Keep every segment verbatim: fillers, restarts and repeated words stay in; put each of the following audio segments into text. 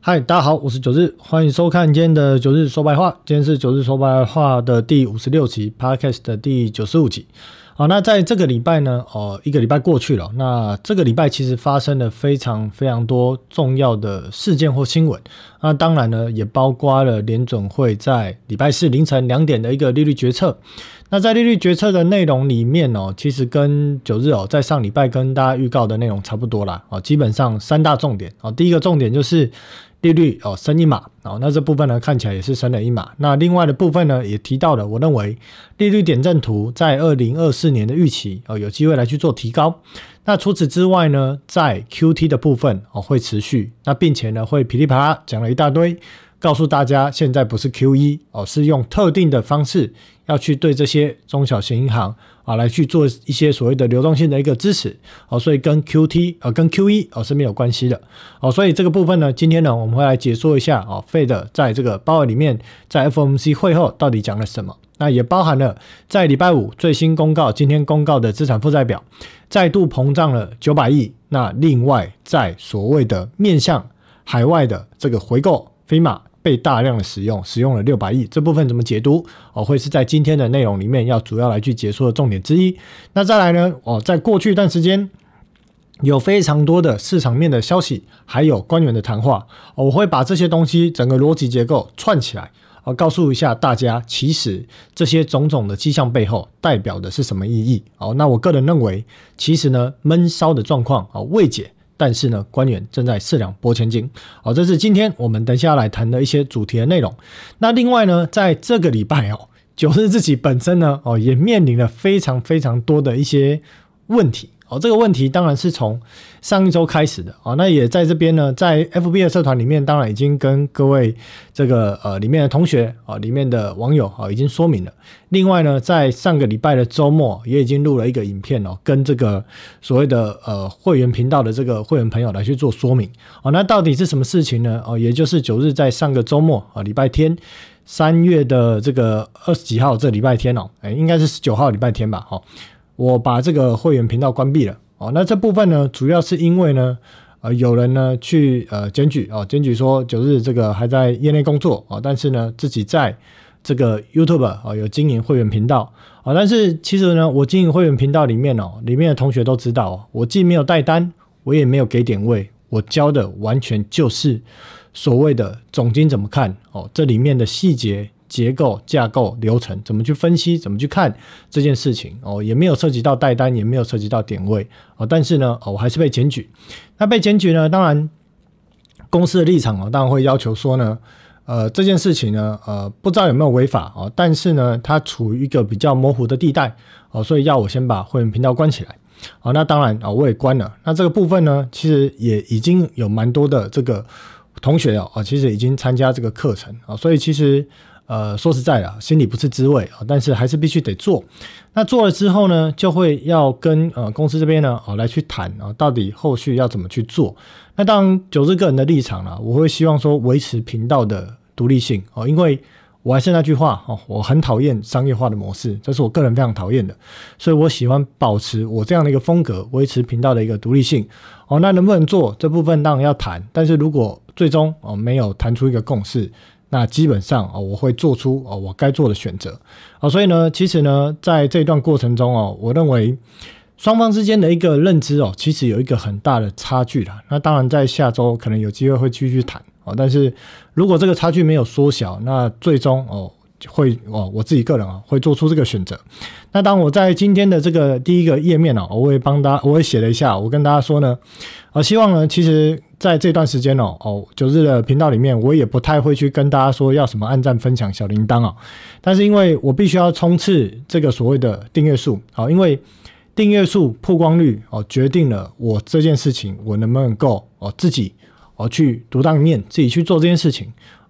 嗨，大家好，我是九日，欢迎收看今天的九日说白话。今天是九日说白话的第五十六集 ，Podcast 的第九十五集。好，那在这个礼拜呢，哦，一个礼拜过去了。那这个礼拜其实发生了非常非常多重要的事件或新闻。那当然呢，也包括了联准会在礼拜四凌晨两点的一个利率决策。那在利率决策的内容里面哦，其实跟九日哦，在上礼拜跟大家预告的内容差不多啦。哦，基本上三大重点哦，第一个重点就是利率哦升一码哦，那这部分呢看起来也是升了一码。那另外的部分呢也提到了，我认为利率点阵图在二零二四年的预期哦有机会来去做提高。那除此之外呢，在 Q T 的部分哦会持续，那并且呢会噼里啪啦讲了一大堆，告诉大家现在不是 Q E 哦，是用特定的方式要去对这些中小型银行啊来去做一些所谓的流动性的一个支持哦，所以跟 Q T 呃跟 Q E 哦是没有关系的哦，所以这个部分呢，今天呢我们会来解说一下哦 ，Fed 在这个鲍尔里面在 F O M C 会后到底讲了什么，那也包含了在礼拜五最新公告，今天公告的资产负债表再度膨胀了九百亿，那另外在所谓的面向海外的这个回购飞马被大量的使用，使用了六百亿，这部分怎么解读哦，会是在今天的内容里面要主要来去解说的重点之一。那再来呢哦，在过去一段时间有非常多的市场面的消息，还有官员的谈话，哦，我会把这些东西整个逻辑结构串起来，哦，告诉一下大家，其实这些种种的迹象背后代表的是什么意义。哦，那我个人认为，其实呢闷烧的状况哦未解。但是呢，官员正在四两拨千斤，好，这是今天我们等一下来谈的一些主题的内容。那另外呢，在这个礼拜哦，九日自己本身呢，哦，也面临了非常非常多的一些问题。哦，这个问题当然是从上一周开始的哦，那也在这边呢，在 F B 的社团里面，当然已经跟各位这个呃里面的同学啊、哦，里面的网友啊、哦、已经说明了。另外呢，在上个礼拜的周末也已经录了一个影片哦，跟这个所谓的呃会员频道的这个会员朋友来去做说明哦。那到底是什么事情呢？哦，也就是九日在上个周末啊、哦，礼拜天三月的这个二十几号，这礼拜天哦，哎，应该是十九号礼拜天吧，哈、哦。我把这个会员频道关闭了哦，那这部分呢，主要是因为呢，呃，有人呢去呃检举哦，检举说九日这个还在业内工作哦，但是呢自己在这个 YouTube 哦有经营会员频道哦，但是其实呢，我经营会员频道里面哦，里面的同学都知道哦，我既没有带单，我也没有给点位，我教的完全就是所谓的总经怎么看哦，这里面的细节。结构、架构、流程怎么去分析，怎么去看这件事情哦，也没有涉及到带单，也没有涉及到点位哦，但是呢，哦，我还是被检举。那被检举呢，当然公司的立场哦，当然会要求说呢，呃，这件事情呢，呃，不知道有没有违法哦，但是呢，它处于一个比较模糊的地带哦，所以要我先把会员频道关起来。哦，那当然啊、哦，我也关了。那这个部分呢，其实也已经有蛮多的这个同学哦，其实已经参加这个课程啊、哦，所以其实。呃，说实在的，心里不是滋味啊，但是还是必须得做。那做了之后呢，就会要跟呃公司这边呢，哦来去谈啊，到底后续要怎么去做。那当然，九日个人的立场啦，我会希望说维持频道的独立性哦，因为我还是那句话哦，我很讨厌商业化的模式，这是我个人非常讨厌的，所以我喜欢保持我这样的一个风格，维持频道的一个独立性哦。那能不能做这部分当然要谈，但是如果最终哦没有谈出一个共识。那基本上哦，我会做出哦我该做的选择哦，所以呢，其实呢，在这段过程中哦，我认为双方之间的一个认知哦，其实有一个很大的差距啦。那当然，在下周可能有机会会继续谈哦，但是如果这个差距没有缩小，那最终哦会哦我自己个人啊会做出这个选择。那当我在今天的这个第一个页面哦，我会帮大家，我会写了一下，我跟大家说呢，呃，希望呢，其实。在这段时间哦哦九日的频道里面，我也不太会去跟大家说要什么按赞、分享、小铃铛啊、哦。但是因为我必须要冲刺这个所谓的订阅数，好、哦，因为订阅数曝光率哦决定了我这件事情我能不能够哦自己哦去独当一面，自己去做这件事情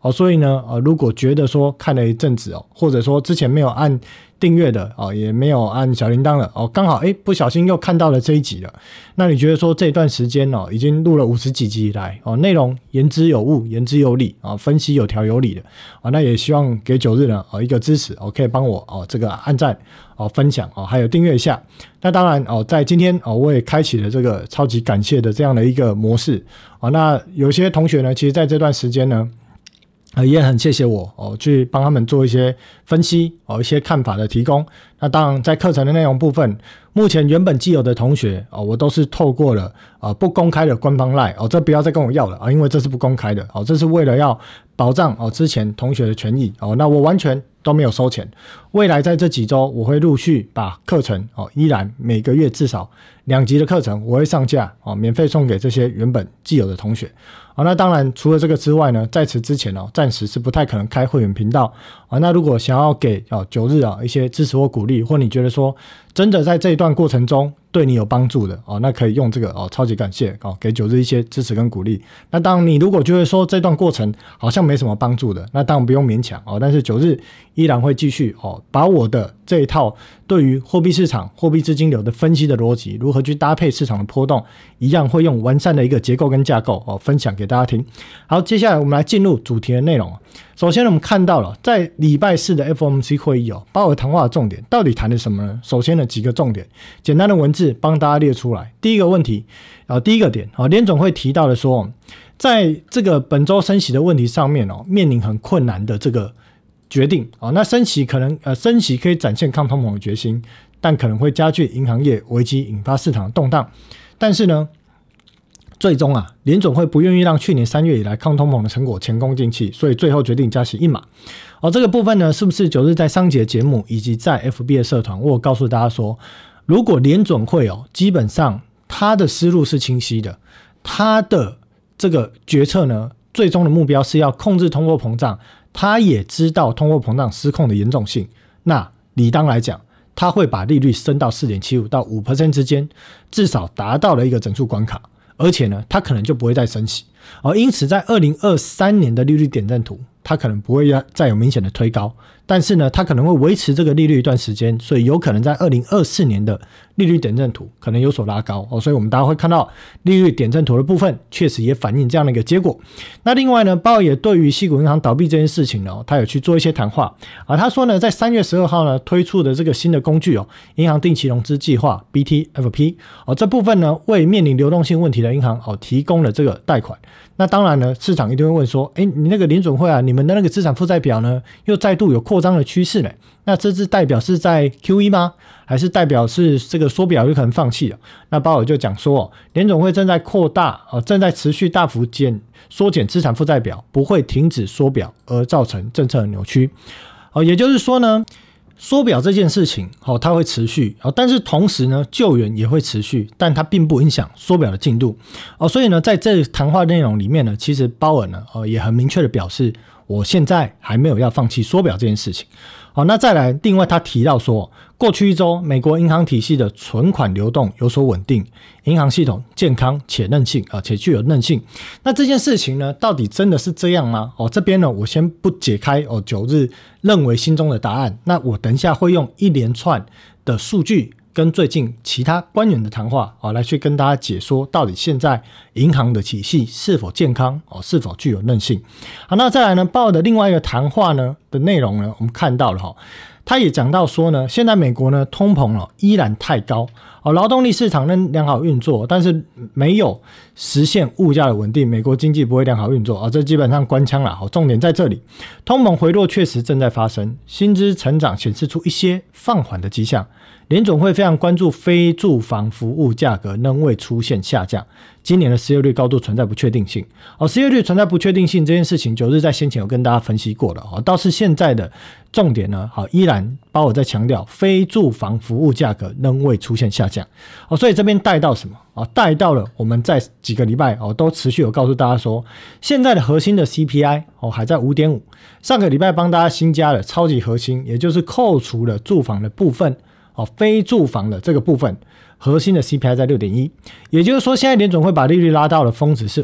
哦，所以呢，呃，如果觉得说看了一阵子哦，或者说之前没有按订阅的哦，也没有按小铃铛了哦，刚好哎不小心又看到了这一集了，那你觉得说这一段时间哦，已经录了五十几集以来哦，内容言之有物，言之有理啊、哦，分析有条有理的啊、哦，那也希望给九日呢哦一个支持哦，可以帮我哦这个按赞哦分享哦，还有订阅一下。那当然哦，在今天哦，我也开启了这个超级感谢的这样的一个模式哦，那有些同学呢，其实在这段时间呢。呃，也很谢谢我哦，去帮他们做一些分析哦，一些看法的提供。那当然，在课程的内容部分，目前原本既有的同学哦，我都是透过了啊、呃、不公开的官方 LINE 哦，这不要再跟我要了啊，因为这是不公开的哦，这是为了要保障哦之前同学的权益哦，那我完全都没有收钱。未来在这几周，我会陆续把课程哦，依然每个月至少两集的课程我会上架哦，免费送给这些原本既有的同学。哦，那当然除了这个之外呢，在此之前哦，暂时是不太可能开会员频道啊、哦。那如果想要给哦九日啊一些支持或鼓励，或你觉得说真的在这一段过程中对你有帮助的哦，那可以用这个哦超级感谢哦给九日一些支持跟鼓励。那当然你如果觉得说这段过程好像没什么帮助的，那当然不用勉强哦。但是九日依然会继续哦把我的这一套对于货币市场、货币资金流的分析的逻辑，如何去搭配市场的波动，一样会用完善的一个结构跟架构哦分享给大家听。好，接下来我们来进入主题的内容。首先我们看到了在礼拜四的 F O M C 会议哦，鲍尔谈话的重点到底谈了什么呢？首先呢几个重点，简单的文字帮大家列出来。第一个问题啊、呃，第一个点啊，联总会提到的说，在这个本周升息的问题上面哦，面临很困难的这个决定啊、哦，那升息可能呃升息可以展现抗通膨的决心，但可能会加剧银行业危机，引发市场的动荡。但是呢，最终啊，联总会不愿意让去年三月以来抗通膨的成果前功尽弃，所以最后决定加息一码。哦，这个部分呢，是不是九日在上节节目以及在 F B 的社团，我有告诉大家说，如果联总会哦，基本上他的思路是清晰的，他的这个决策呢，最终的目标是要控制通货膨胀。他也知道通货膨胀失控的严重性，那理当来讲，他会把利率升到 百分之四点七五 到 百分之五 之间，至少达到了一个整数关卡，而且呢，他可能就不会再升息。而因此在二零二三年的利率点阵图，它可能不会再有明显的推高，但是呢，它可能会维持这个利率一段时间，所以有可能在二零二四年的利率点阵图可能有所拉高哦，所以我们大家会看到利率点阵图的部分确实也反映这样的一个结果。那另外呢，鲍尔也对于矽谷银行倒闭这件事情呢，他有去做一些谈话啊，他说呢，在三月十二号呢推出的这个新的工具哦，银行定期融资计划 B T F P 哦，这部分呢为面临流动性问题的银行哦提供了这个贷款。那当然呢，市场一定会问说，哎，你那个联准会啊，你们的那个资产负债表呢，又再度有扩张的趋势呢？那这是代表是在 Q E 吗？还是代表是这个缩表有可能放弃了？那鲍尔就讲说，联准会正在扩大，呃，正在持续大幅减缩减资产负债表，不会停止缩表而造成政策的扭曲。哦，也就是说呢，缩表这件事情，哦，它会持续，哦，但是同时呢，救援也会持续，但它并不影响缩表的进度，哦，所以呢，在这谈话内容里面呢，其实鲍尔呢，哦，也很明确的表示，我现在还没有要放弃缩表这件事情。好，那再来，另外他提到说，过去一周美国银行体系的存款流动有所稳定，银行系统健康且韧性啊，且具有韧性。那这件事情呢，到底真的是这样吗？哦，这边呢，我先不解开哦，九日认为心中的答案。那我等一下会用一连串的数据跟最近其他官员的谈话啊，来去跟大家解说到底现在银行的体系是否健康哦，是否具有韧性。好，那再来呢，鲍尔的另外一个谈话呢的内容呢，我们看到了哈，他也讲到说呢，现在美国呢通膨了依然太高哦，劳动力市场能良好运作，但是没有实现物价的稳定，美国经济不会良好运作啊，这基本上官腔了。好，重点在这里，通膨回落确实正在发生，薪资成长显示出一些放缓的迹象。联总会非常关注非住房服务价格仍未出现下降，今年的失业率高度存在不确定性。哦，失业率存在不确定性这件事情，九日在先前有跟大家分析过了。哦，倒是现在的重点呢，好，依然鲍尔在强调非住房服务价格仍未出现下降。哦，所以这边带到什么？哦，带到了我们在几个礼拜哦都持续有告诉大家说，现在的核心的 C P I 哦还在 五点五， 上个礼拜帮大家新加了超级核心，也就是扣除了住房的部分。哦，非住房的这个部分，核心的 C P I 在 六点一， 也就是说，现在联准会把利率拉到了峰值是五，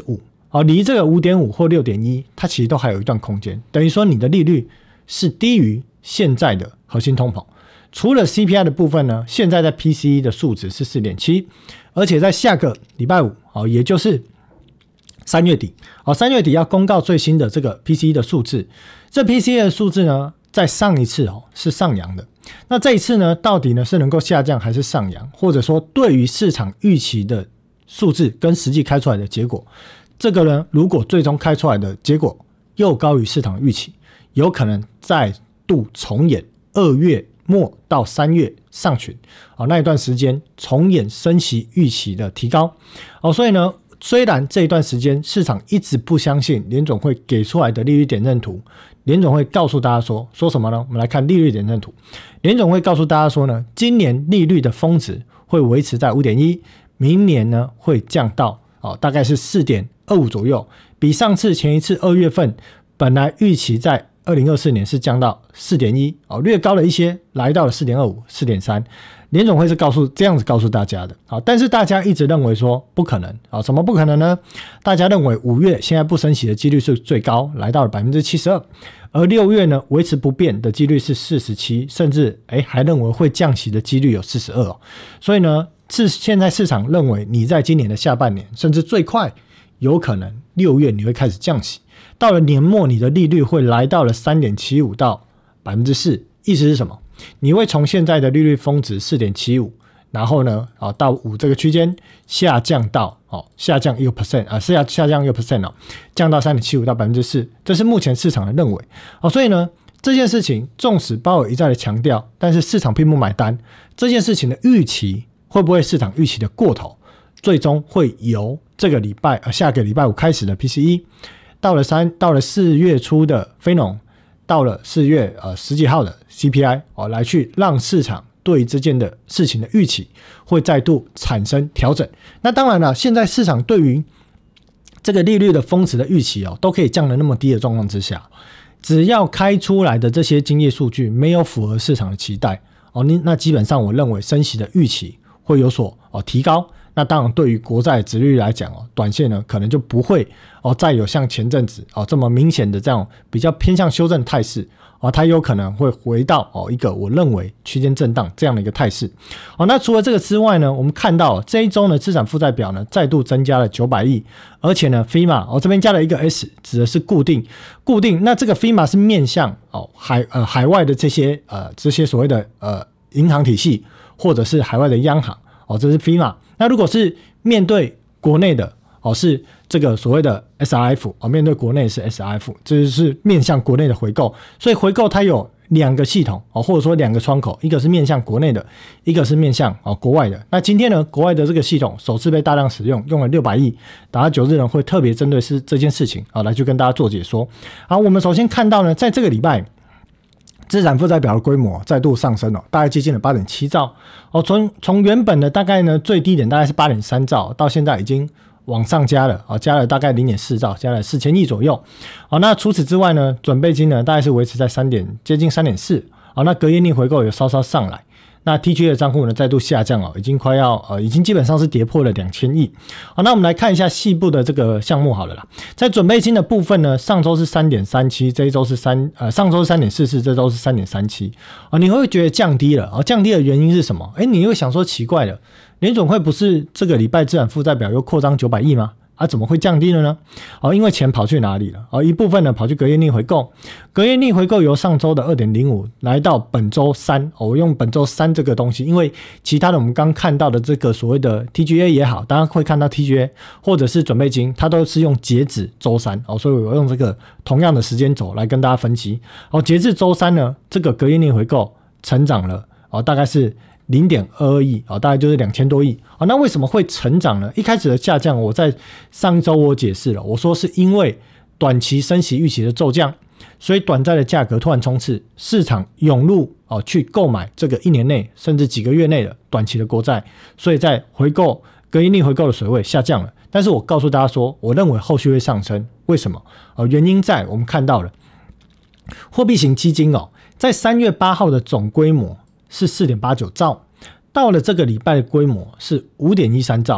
哦，离这个 五点五 或 六点一 它其实都还有一段空间，等于说你的利率是低于现在的核心通膨。除了 C P I 的部分呢，现在在 P C E 的数值是 四点七， 而且在下个礼拜五、哦、也就是三月底、哦、三月底要公告最新的这个 P C E 的数字。这 P C E 的数字呢，在上一次、哦、是上扬的，那这一次呢，到底呢是能够下降还是上扬，或者说对于市场预期的数字跟实际开出来的结果，这个呢，如果最终开出来的结果又高于市场预期，有可能再度重演二月末到三月上旬、哦、那一段时间重演升息预期的提高、哦、所以呢，虽然这一段时间市场一直不相信联总会给出来的利率点阵图，联总会告诉大家说说什么呢？我们来看利率点阵图。联总会告诉大家说呢，今年利率的峰值会维持在 五点一， 明年呢会降到、哦、大概是 四点二五 左右，比上次前一次二月份本来预期在二零二四年是降到 四点一、哦、略高了一些，来到了 四点二五、四点三。联总会是告诉这样子告诉大家的，好，但是大家一直认为说不可能，好，什么不可能呢？大家认为五月现在不升息的几率是最高，来到了 百分之七十二， 而六月呢维持不变的几率是四十七，甚至诶还认为会降息的几率有四十二、哦、所以呢，是现在市场认为你在今年的下半年，甚至最快有可能六月你会开始降息，到了年末你的利率会来到了 三点七五 到 百分之四， 意思是什么？你会从现在的利率峰值 四点七五， 然后呢、哦、到五这个区间下降到、哦、下降 百分之一、呃、下, 下降 百分之一、哦、降到 三点七五 到 百分之四， 这是目前市场的认为、哦、所以呢，这件事情纵使鲍尔一再的强调，但是市场并不买单，这件事情的预期会不会市场预期的过头，最终会由这个礼拜、呃、下个礼拜五开始的 P C E， 到了三到了四月初的非农，到了四月呃十几号的 C P I、哦、来去让市场对这件的事情的预期会再度产生调整。那当然了，现在市场对于这个利率的峰值的预期、哦、都可以降得那么低的状况之下，只要开出来的这些经济数据没有符合市场的期待、哦、那基本上我认为升息的预期会有所、哦、提高。那当然对于国债殖利率来讲、哦、短线呢可能就不会、哦、再有像前阵子、哦、这么明显的这样比较偏向修正态势、哦、它有可能会回到、哦、一个我认为区间震荡这样的一个态势、哦、那除了这个之外呢，我们看到、哦、这一周呢资产负债表呢再度增加了九百亿，而且呢 F I M A、哦、这边加了一个 S， 指的是固定固定那这个 F I M A 是面向、哦、海, 呃、海外的这些呃这些所谓的呃银行体系或者是海外的央行、哦、这是 F I M A。那如果是面对国内的、哦、是这个所谓的 S R F、哦、面对国内是 S R F， 这就是面向国内的回购，所以回购它有两个系统、哦、或者说两个窗口，一个是面向国内的，一个是面向、哦、国外的。那今天呢，国外的这个系统首次被大量使用，用了六百亿，打到九日呢会特别针对是这件事情、哦、来去跟大家做解说。好，我们首先看到呢，在这个礼拜资产负债表的规模再度上升、哦、大概接近了 八点七兆、哦、从, 从原本的大概呢最低点大概是 八点三兆，到现在已经往上加了、哦、加了大概 零点四兆，加了四千亿左右、哦、那除此之外呢，准备金呢大概是维持在三点接近 三点四、哦、那隔夜逆回购有稍稍上来。那 T G A 的账户呢再度下降、哦、已经快要呃，已经基本上是跌破了两千亿。好，那我们来看一下细部的这个项目好了啦。在准备金的部分呢，上周是 三点三七， 这一周是三呃上周是 三点四四， 这周是 三点三七、哦、你会觉得降低了、哦、降低的原因是什么？诶，你会想说奇怪了，联总会不是这个礼拜资产负债表又扩张九百亿吗？啊，怎么会降低了呢？哦，因为钱跑去哪里了？哦，一部分呢跑去隔夜逆回购，隔夜逆回购由上周的 二点零五 来到本周三、哦、我用本周三这个东西，因为其他的我们刚看到的这个所谓的 T G A 也好，大家会看到 T G A 或者是准备金，它都是用截止周三、哦、所以我用这个同样的时间轴来跟大家分析。哦，截至周三呢，这个隔夜逆回购成长了、哦、大概是零点二二亿、哦、大概就是两千多亿、哦、那为什么会成长呢？一开始的下降我在上一周我解释了，我说是因为短期升息预期的骤降，所以短债的价格突然冲刺，市场涌入、哦、去购买这个一年内甚至几个月内的短期的国债，所以在回购隔夜逆回购的水位下降了。但是我告诉大家说，我认为后续会上升。为什么？哦、原因在我们看到了货币型基金、哦、在三月八号的总规模是 四点八九兆，到了这个礼拜的规模是 五点一三兆、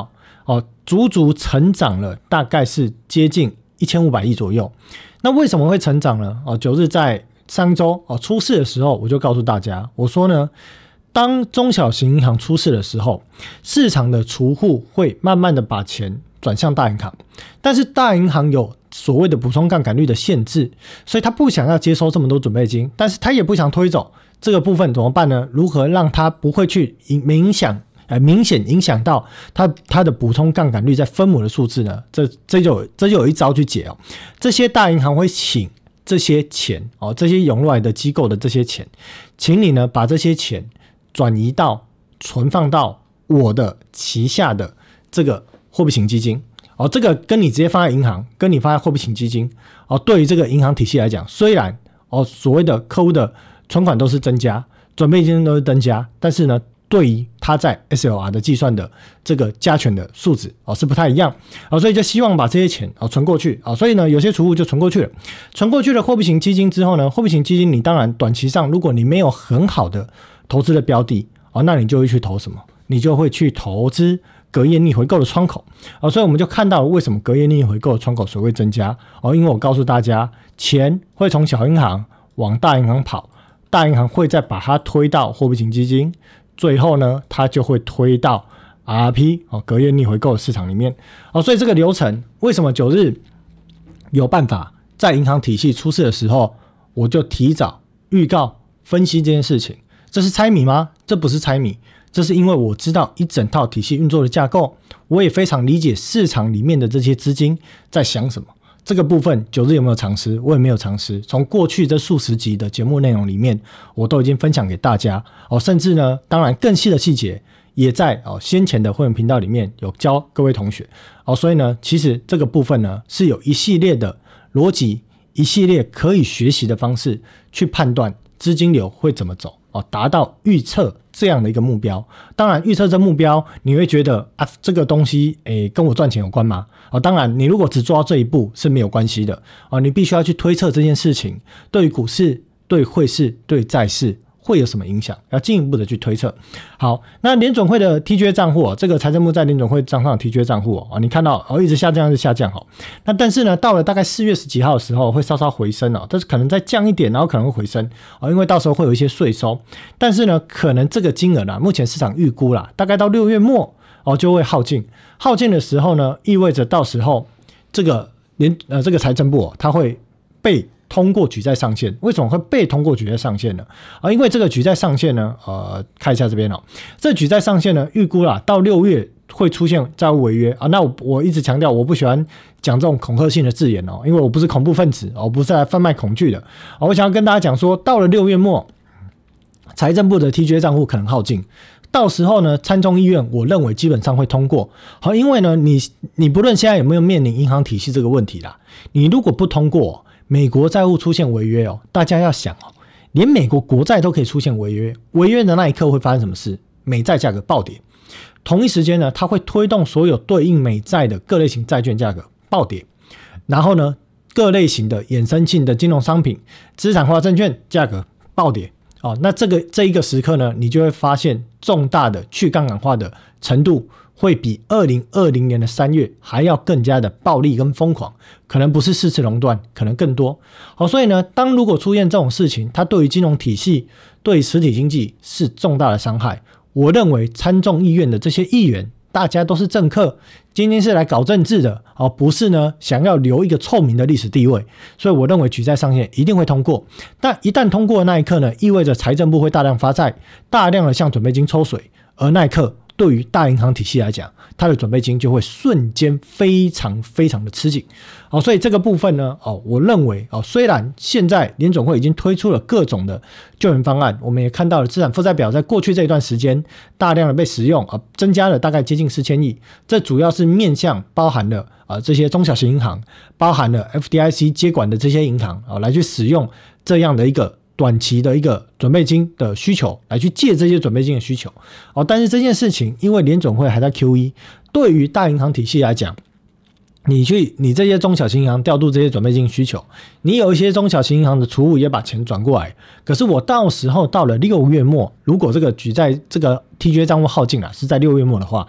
哦，足足成长了大概是接近一千五百亿左右。那为什么会成长呢？哦，九日在上周哦出事的时候，我就告诉大家，我说呢，当中小型银行出事的时候，市场的储户会慢慢的把钱转向大银行，但是大银行有所谓的补充杠杆率的限制，所以他不想要接收这么多准备金，但是他也不想推走这个部分，怎么办呢？如何让他不会去影响呃明显影响到他他的补充杠杆率在分母的数字呢？这这就这就有一招去解哦。这些大银行会请这些钱哦，这些涌入来的机构的这些钱，请你呢把这些钱转移到存放到我的旗下的这个货币型基金哦，这个跟你直接放在银行，跟你放在货币型基金哦，对于这个银行体系来讲，虽然哦所谓的客户的存款都是增加，准备金都是增加，但是呢，对于他在 S L R 的计算的这个加权的数值哦是不太一样哦，所以就希望把这些钱哦存过去哦，所以呢有些储户就存过去了，存过去了货币型基金之后呢，货币型基金你当然短期上如果你没有很好的投资的标的哦，那你就会去投什么？你就会去投资隔夜逆回购的窗口哦，所以我们就看到为什么隔夜逆回购的窗口水会增加哦，因为我告诉大家，钱会从小银行往大银行跑，大银行会再把它推到货币型基金，最后呢，它就会推到 R R P 哦隔夜逆回购的市场里面哦，所以这个流程为什么九日有办法在银行体系出事的时候，我就提早预告分析这件事情？这是猜谜吗？这不是猜谜，这是因为我知道一整套体系运作的架构，我也非常理解市场里面的这些资金在想什么。这个部分九日有没有尝试？我也没有尝试。从过去这数十集的节目内容里面，我都已经分享给大家哦，甚至呢，当然更细的细节也在哦先前的会员频道里面有教各位同学哦，所以呢，其实这个部分呢是有一系列的逻辑，一系列可以学习的方式去判断资金流会怎么走哦，达到预测这样的一个目标。当然预测这目标你会觉得啊，这个东西诶跟我赚钱有关吗？哦，当然你如果只做到这一步是没有关系的哦，你必须要去推测这件事情对于股市、对汇市、对债市会有什么影响，要进一步的去推测。好，那联准会的 T G A 账户、哦、这个财政部在联准会账上的 T G A 账户、哦、你看到、哦、一直下降一直下降、哦、那但是呢到了大概四月十几号的时候会稍稍回升、哦、但是可能再降一点，然后可能会回升、哦、因为到时候会有一些税收，但是呢可能这个金额啦，目前市场预估啦，大概到六月末、哦、就会耗尽，耗尽的时候呢意味着到时候这个联呃这个财政部、哦、它会被通过举债上限。为什么会被通过举债上限呢？啊，因为这个举债上限呢，呃，看一下这边哦，这举债上限呢，预估啦到六月会出现债务违约啊。那我我一直强调，我不喜欢讲这种恐吓性的字眼哦，因为我不是恐怖分子哦，我不是来贩卖恐惧的、哦。我想要跟大家讲说，到了六月末，财政部的 T G A 账户可能耗尽。到时候呢，参众议院我认为基本上会通过。好，因为呢，你你不论现在有没有面临银行体系这个问题啦，你如果不通过，美国债务出现违约哦，大家要想哦，连美国国债都可以出现违约，违约的那一刻会发生什么事？美债价格暴跌。同一时间呢，它会推动所有对应美债的各类型债券价格暴跌，然后呢，各类型的衍生性的金融商品、资产化证券价格暴跌。哦，那这个这一个时刻呢，你就会发现重大的去杠杆化的程度会比二零二零年的三月还要更加的暴力跟疯狂，可能不是四次熔断，可能更多。好，所以呢，当如果出现这种事情，它对于金融体系、对于实体经济是重大的伤害。我认为参众议院的这些议员，大家都是政客，今天是来搞政治的，哦，不是呢想要留一个臭名的历史地位，所以我认为举债上限一定会通过。但一旦通过的那一刻呢，意味着财政部会大量发债，大量的向准备金抽水，而那一刻对于大银行体系来讲，它的准备金就会瞬间非常非常的吃紧。哦，所以这个部分呢，哦，我认为哦，虽然现在联准会已经推出了各种的救援方案，我们也看到了资产负债表在过去这一段时间大量的被使用，啊，增加了大概接近四千亿。这主要是面向包含了啊这些中小型银行，包含了 F D I C 接管的这些银行啊，来去使用这样的一个短期的一个准备金的需求，来去借这些准备金的需求。哦，但是这件事情因为联准会还在 Q E， 对于大银行体系来讲，你去你这些中小型银行调度这些准备金需求，你有一些中小型银行的储户也把钱转过来，可是我到时候到了六月末，如果这个举债这个 T G A 账户耗尽了是在六月末的话，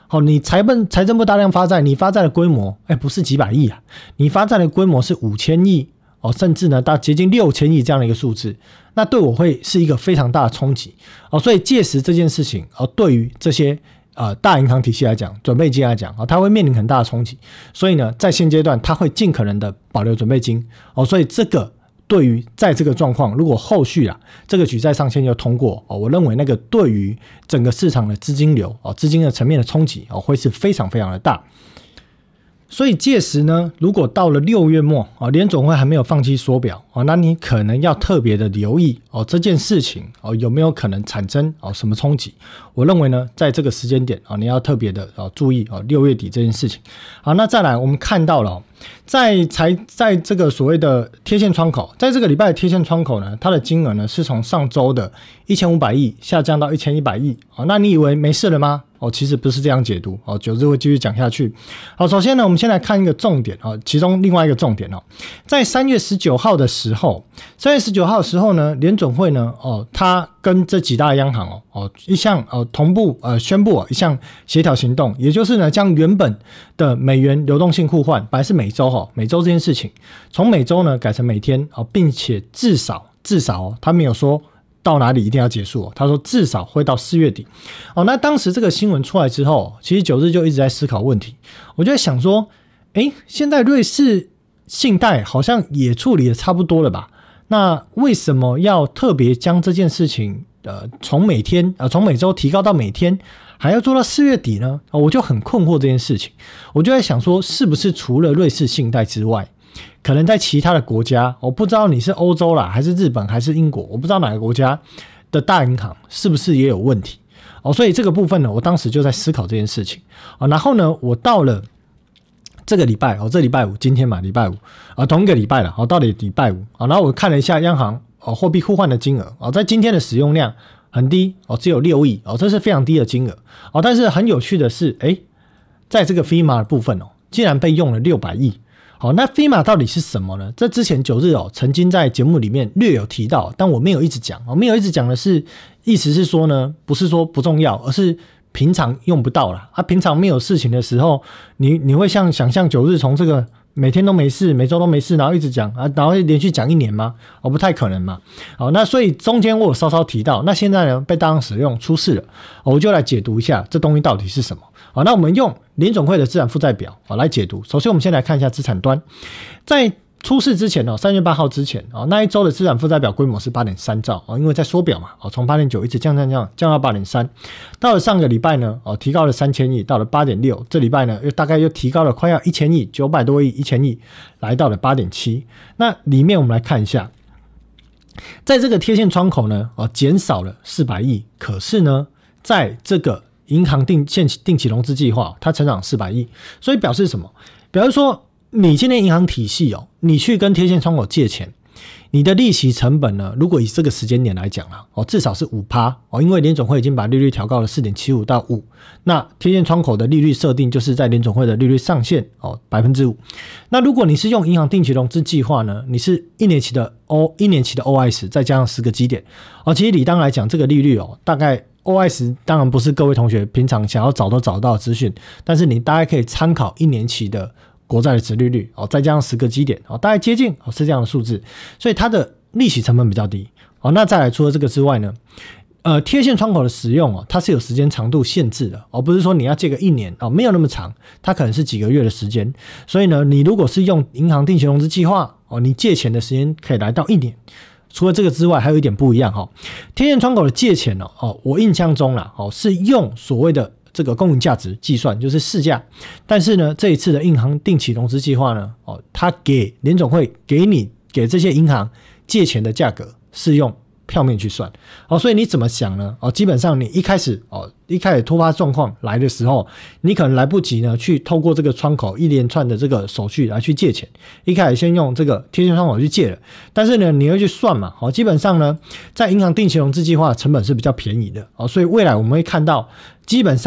好，你财政财政部大量发债，你发债的规模，哎，不是几百亿啊，你发债的规模是五千亿哦，甚至呢到接近六千亿这样的一个数字，那对我会是一个非常大的冲击哦。所以届时这件事情哦，对于这些呃大银行体系来讲，准备金来讲啊、哦，它会面临很大的冲击。所以呢，在现阶段，它会尽可能的保留准备金哦。所以这个对于在这个状况，如果后续啊这个举债上限又通过哦，我认为那个对于整个市场的资金流哦，资金的层面的冲击哦，会是非常非常的大。所以届时呢，如果到了六月末哦，联总会还没有放弃缩表哦，那你可能要特别的留意哦，这件事情哦有没有可能产生哦什么冲击？我认为呢，在这个时间点哦，你要特别的哦注意哦六月底这件事情。好，那再来我们看到了、哦、在才在这个所谓的贴现窗口，在这个礼拜的贴现窗口呢，它的金额呢是从上周的一千五百亿下降到一千一百亿。好，那你以为没事了吗？哦，其实不是这样解读哦，九日会继续讲下去。好，首先呢，我们先来看一个重点哦，其中另外一个重点哦，在三月十九号的时候，三月十九号的时候呢，联准会呢，哦，它跟这几大央行哦，哦一项哦同步呃宣布、哦、一项协调行动，也就是呢，将原本的美元流动性互换，本来是每周哦，每周这件事情，从每周呢改成每天哦，并且至少至少哦，他没有说到哪里一定要结束、哦、他说至少会到四月底哦。那当时这个新闻出来之后，其实九日就一直在思考问题，我就在想说，诶，现在瑞士信贷好像也处理的差不多了吧？那为什么要特别将这件事情呃从每天呃从每周提高到每天，还要做到四月底呢？哦、我就很困惑这件事情，我就在想说，是不是除了瑞士信贷之外，可能在其他的国家，我不知道你是欧洲啦，还是日本，还是英国，我不知道哪个国家的大银行是不是也有问题哦。所以这个部分呢，我当时就在思考这件事情啊。然后呢，我到了这个礼拜哦，这礼拜五，今天嘛，礼拜五啊，同一个礼拜了，哦，到底礼拜五啊。然后我看了一下央行哦货币互换的金额哦，在今天的使用量很低哦，只有六亿哦，这是非常低的金额哦。但是很有趣的是，哎，在这个 F I M A 的部分哦，竟然被用了六百亿。好，那 F I M A 到底是什么呢？这之前九日哦，曾经在节目里面略有提到，但我没有一直讲，我没有一直讲的是，意思是说呢，不是说不重要，而是平常用不到啦。啊，平常没有事情的时候，你你会像想象九日从这个每天都没事，每周都没事，然后一直讲啊，然后连续讲一年吗？哦，不太可能嘛。好，那所以中间我有稍稍提到，那现在呢被大量使用出事了，哦，我就来解读一下这东西到底是什么。好，那我们用联总会的资产负债表来解读。首先我们先来看一下资产端，在出事之前三月八号之前那一周的资产负债表规模是 八点三兆，因为在缩表嘛，从 八点九 一直降降降降到 八点三， 到了上个礼拜呢提高了三千亿，到了 八点六， 这礼拜呢又大概又提高了快要一千亿，九百多亿，一千亿，来到了 八点七。 那里面我们来看一下，在这个贴现窗口呢减少了四百亿，可是呢在这个银行定现定期融资计划它成长四百亿，所以表示什么？表示说你今天银行体系哦，你去跟贴现窗口借钱，你的利息成本呢，如果以这个时间点来讲啦，哦，至少是 百分之五 哦，因为联总会已经把利率调高了 四点七五 到五，那贴现窗口的利率设定就是在联总会的利率上限哦 百分之五。那如果你是用银行定期融资计划呢，你是一年期的 O 一年期的 O S 再加上十个基点哦，其实理当来讲这个利率哦，大概O S 当然不是各位同学平常想要找都找到的资讯，但是你大概可以参考一年期的国债的殖利率、哦、再加上十个基点、哦、大概接近、哦、是这样的数字，所以它的利息成本比较低、哦、那再来除了这个之外呢，呃，贴现窗口的使用、哦、它是有时间长度限制的、哦、不是说你要借个一年、哦、没有那么长，它可能是几个月的时间，所以呢你如果是用银行定期融资计划、哦、你借钱的时间可以来到一年。除了这个之外，还有一点不一样哈、哦。贴现窗口的借钱哦，哦，我印象中啦，哦，是用所谓的这个公允价值计算，就是市价。但是呢，这一次的银行定期融资计划呢，哦，它给联总会给你给这些银行借钱的价格是用票面去算，哦，所以你怎么想呢？哦，基本上你一开始哦，一开始突发状况来的时候，你可能来不及呢，去透过这个窗口一连串的这个手续来去借钱，一开始先用这个贴现窗口去借了，但是呢，你会去算嘛，哦，基本上呢，在银行定期融资计划成本是比较便宜的，哦，所以未来我们会看到，基本上哦，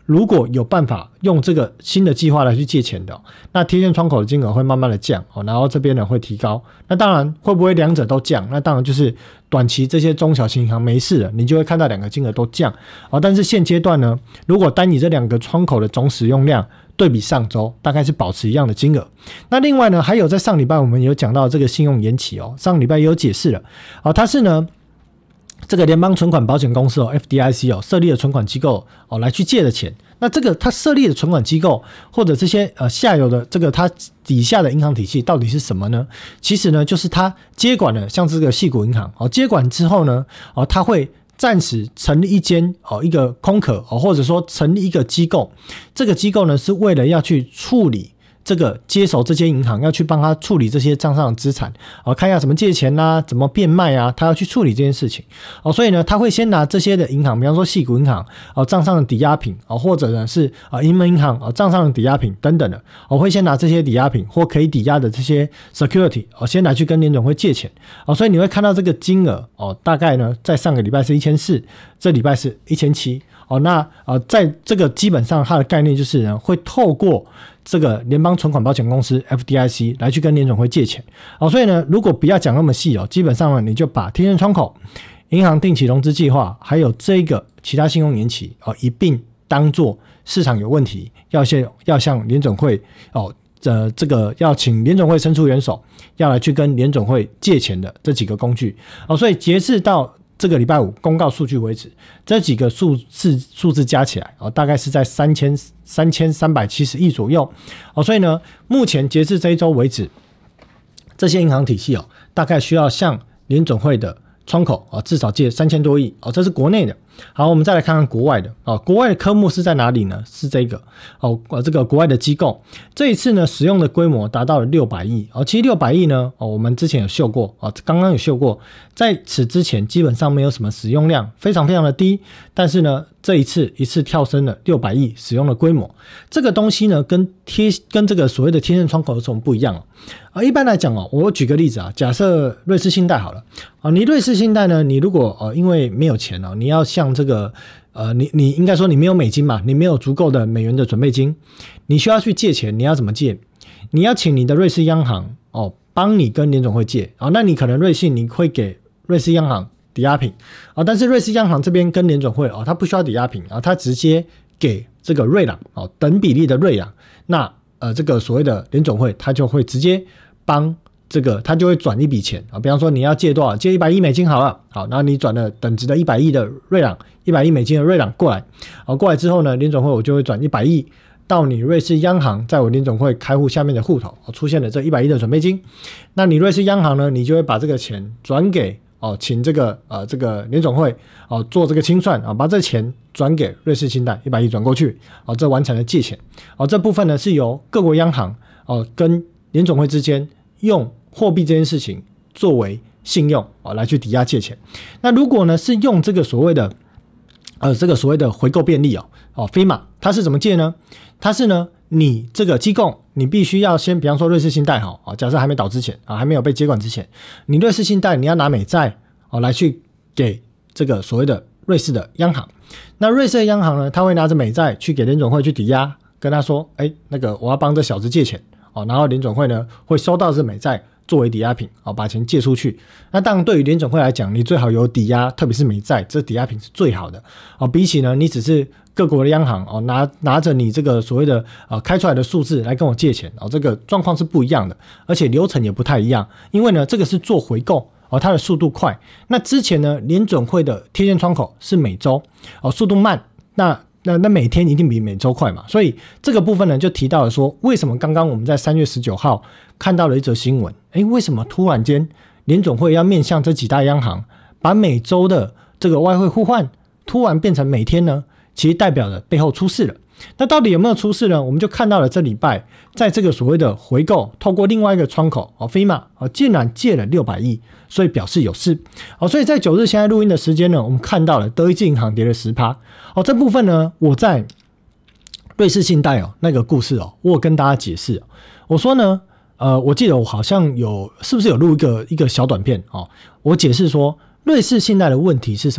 如果有办法用这个新的计划来去借钱的、哦，那贴现窗口的金额会慢慢的降、哦、然后这边呢会提高。那当然会不会两者都降？那当然就是短期这些中小型银行没事了，你就会看到两个金额都降、哦、但是现阶段呢，如果单以这两个窗口的总使用量对比上周大概是保持一样的金额。那另外呢，还有在上礼拜我们有讲到这个信用延期哦，上礼拜也有解释了、哦、它是呢这个联邦存款保险公司哦 F D I C 哦设立的存款机构哦来去借的钱。那这个它设立的存款机构或者这些呃下游的这个它底下的银行体系到底是什么呢？其实呢就是它接管了像这个矽谷银行哦，接管之后呢哦它会暂时成立一间哦一个空壳哦，或者说成立一个机构，这个机构呢是为了要去处理这个接手这间银行，要去帮他处理这些账上的资产、哦、看一下怎么借钱啦、啊、怎么变卖啊，他要去处理这件事情、哦、所以呢他会先拿这些的银行，比方说矽谷银行、哦、账上的抵押品、哦、或者呢是啊银门银行、哦、账上的抵押品等等的，我、哦、会先拿这些抵押品或可以抵押的这些 security、哦、先来去跟联准会借钱、哦、所以你会看到这个金额、哦、大概呢在上个礼拜是一千四百，这礼拜是一千七百。哦，那呃，在这个基本上它的概念就是呢，会透过这个联邦存款保险公司 F D I C 来去跟联准会借钱。哦，所以呢，如果不要讲那么细哦，基本上呢，你就把贴现窗口、银行定期融资计划，还有这个其他信用延期哦，一并当做市场有问题，要先要向联准会哦，呃，这个要请联准会伸出援手，要来去跟联准会借钱的这几个工具。哦，所以截至到这个礼拜五公告数据为止，这几个数字数字加起来、哦、大概是在三千三百七十亿左右、哦、所以呢，目前截至这一周为止，这些银行体系、哦、大概需要向联准会的窗口、哦、至少借三千多亿、哦、这是国内的。好，我们再来看看国外的、哦、国外的科目是在哪里呢？是这个、哦、这个国外的机构，这一次呢使用的规模达到了六百亿、哦、其实六百亿呢、哦、我们之前有秀过、哦、刚刚有秀过，在此之前基本上没有什么使用量，非常非常的低，但是呢这一次一次跳升了六百亿使用的规模。这个东西呢跟贴跟这个所谓的贴现窗口有什么不一样、哦啊、一般来讲哦，我举个例子啊，假设瑞士信贷好了、啊、你瑞士信贷呢，你如果、呃、因为没有钱哦，你要向这个呃，你你应该说你没有美金嘛，你没有足够的美元的准备金，你需要去借钱，你要怎么借？你要请你的瑞士央行哦帮你跟联准会借啊、哦，那你可能瑞信你会给瑞士央行抵押品啊、哦，但是瑞士央行这边跟联准会哦，它不需要抵押品啊、哦，它直接给这个瑞郎哦等比例的瑞郎，那呃这个所谓的联准会它就会直接帮。这个他就会转一笔钱啊，比方说你要借多少，借一百亿美金好了，好，那你转了等值的一百亿的瑞郎，一百亿美金的瑞郎过来，好，过来之后呢，联准会我就会转一百亿到你瑞士央行在我联准会开户下面的户头，出现了这一百亿的准备金，那你瑞士央行呢，你就会把这个钱转给哦，请这个呃这个联准会哦做这个清算啊，把这钱转给瑞士信贷一百亿转过去，哦，这完成了借钱，哦，这部分呢是由各国央行哦跟联准会之间用货币这件事情作为信用、哦、来去抵押借钱。那如果呢是用这个所谓的呃这个所谓的回购便利哦哦 F I M A 它是怎么借呢？它是呢你这个机构你必须要先，比方说瑞士信贷哈、哦、假设还没倒之前啊，还没有被接管之前，你瑞士信贷你要拿美债哦来去给这个所谓的瑞士的央行。那瑞士的央行呢，他会拿着美债去给联准会去抵押，跟他说，哎，那个我要帮这小子借钱。哦、然后联准会呢会收到这美债作为抵押品、哦、把钱借出去。那当然对于联准会来讲，你最好有抵押，特别是美债，这抵押品是最好的、哦、比起呢你只是各国的央行、哦、拿拿着你这个所谓的、呃、开出来的数字来跟我借钱、哦、这个状况是不一样的，而且流程也不太一样，因为呢这个是做回购、哦、它的速度快。那之前呢联准会的贴现窗口是每周、哦、速度慢，那那那每天一定比每周快嘛，所以这个部分呢就提到了说，为什么刚刚我们在三月十九号看到了一则新闻，诶，为什么突然间联准会要面向这几大央行，把每周的这个外汇互换突然变成每天呢？其实代表了背后出事了。那到底有没有出事呢？我们就看到了这礼拜在这个所谓的回购透过另外一个窗口、哦、F I M A、哦、竟然借了六百亿，所以表示有事、哦、所以在九日现在录音的时间呢，我们看到了德意志银行跌了 百分之十、哦、这部分呢我在瑞士信贷、哦、那个故事、哦、我有跟大家解释、哦、我说呢呃，我记得我好像有是不是有录一个一个小短片、哦、我解释说瑞士信贷的问题是什么？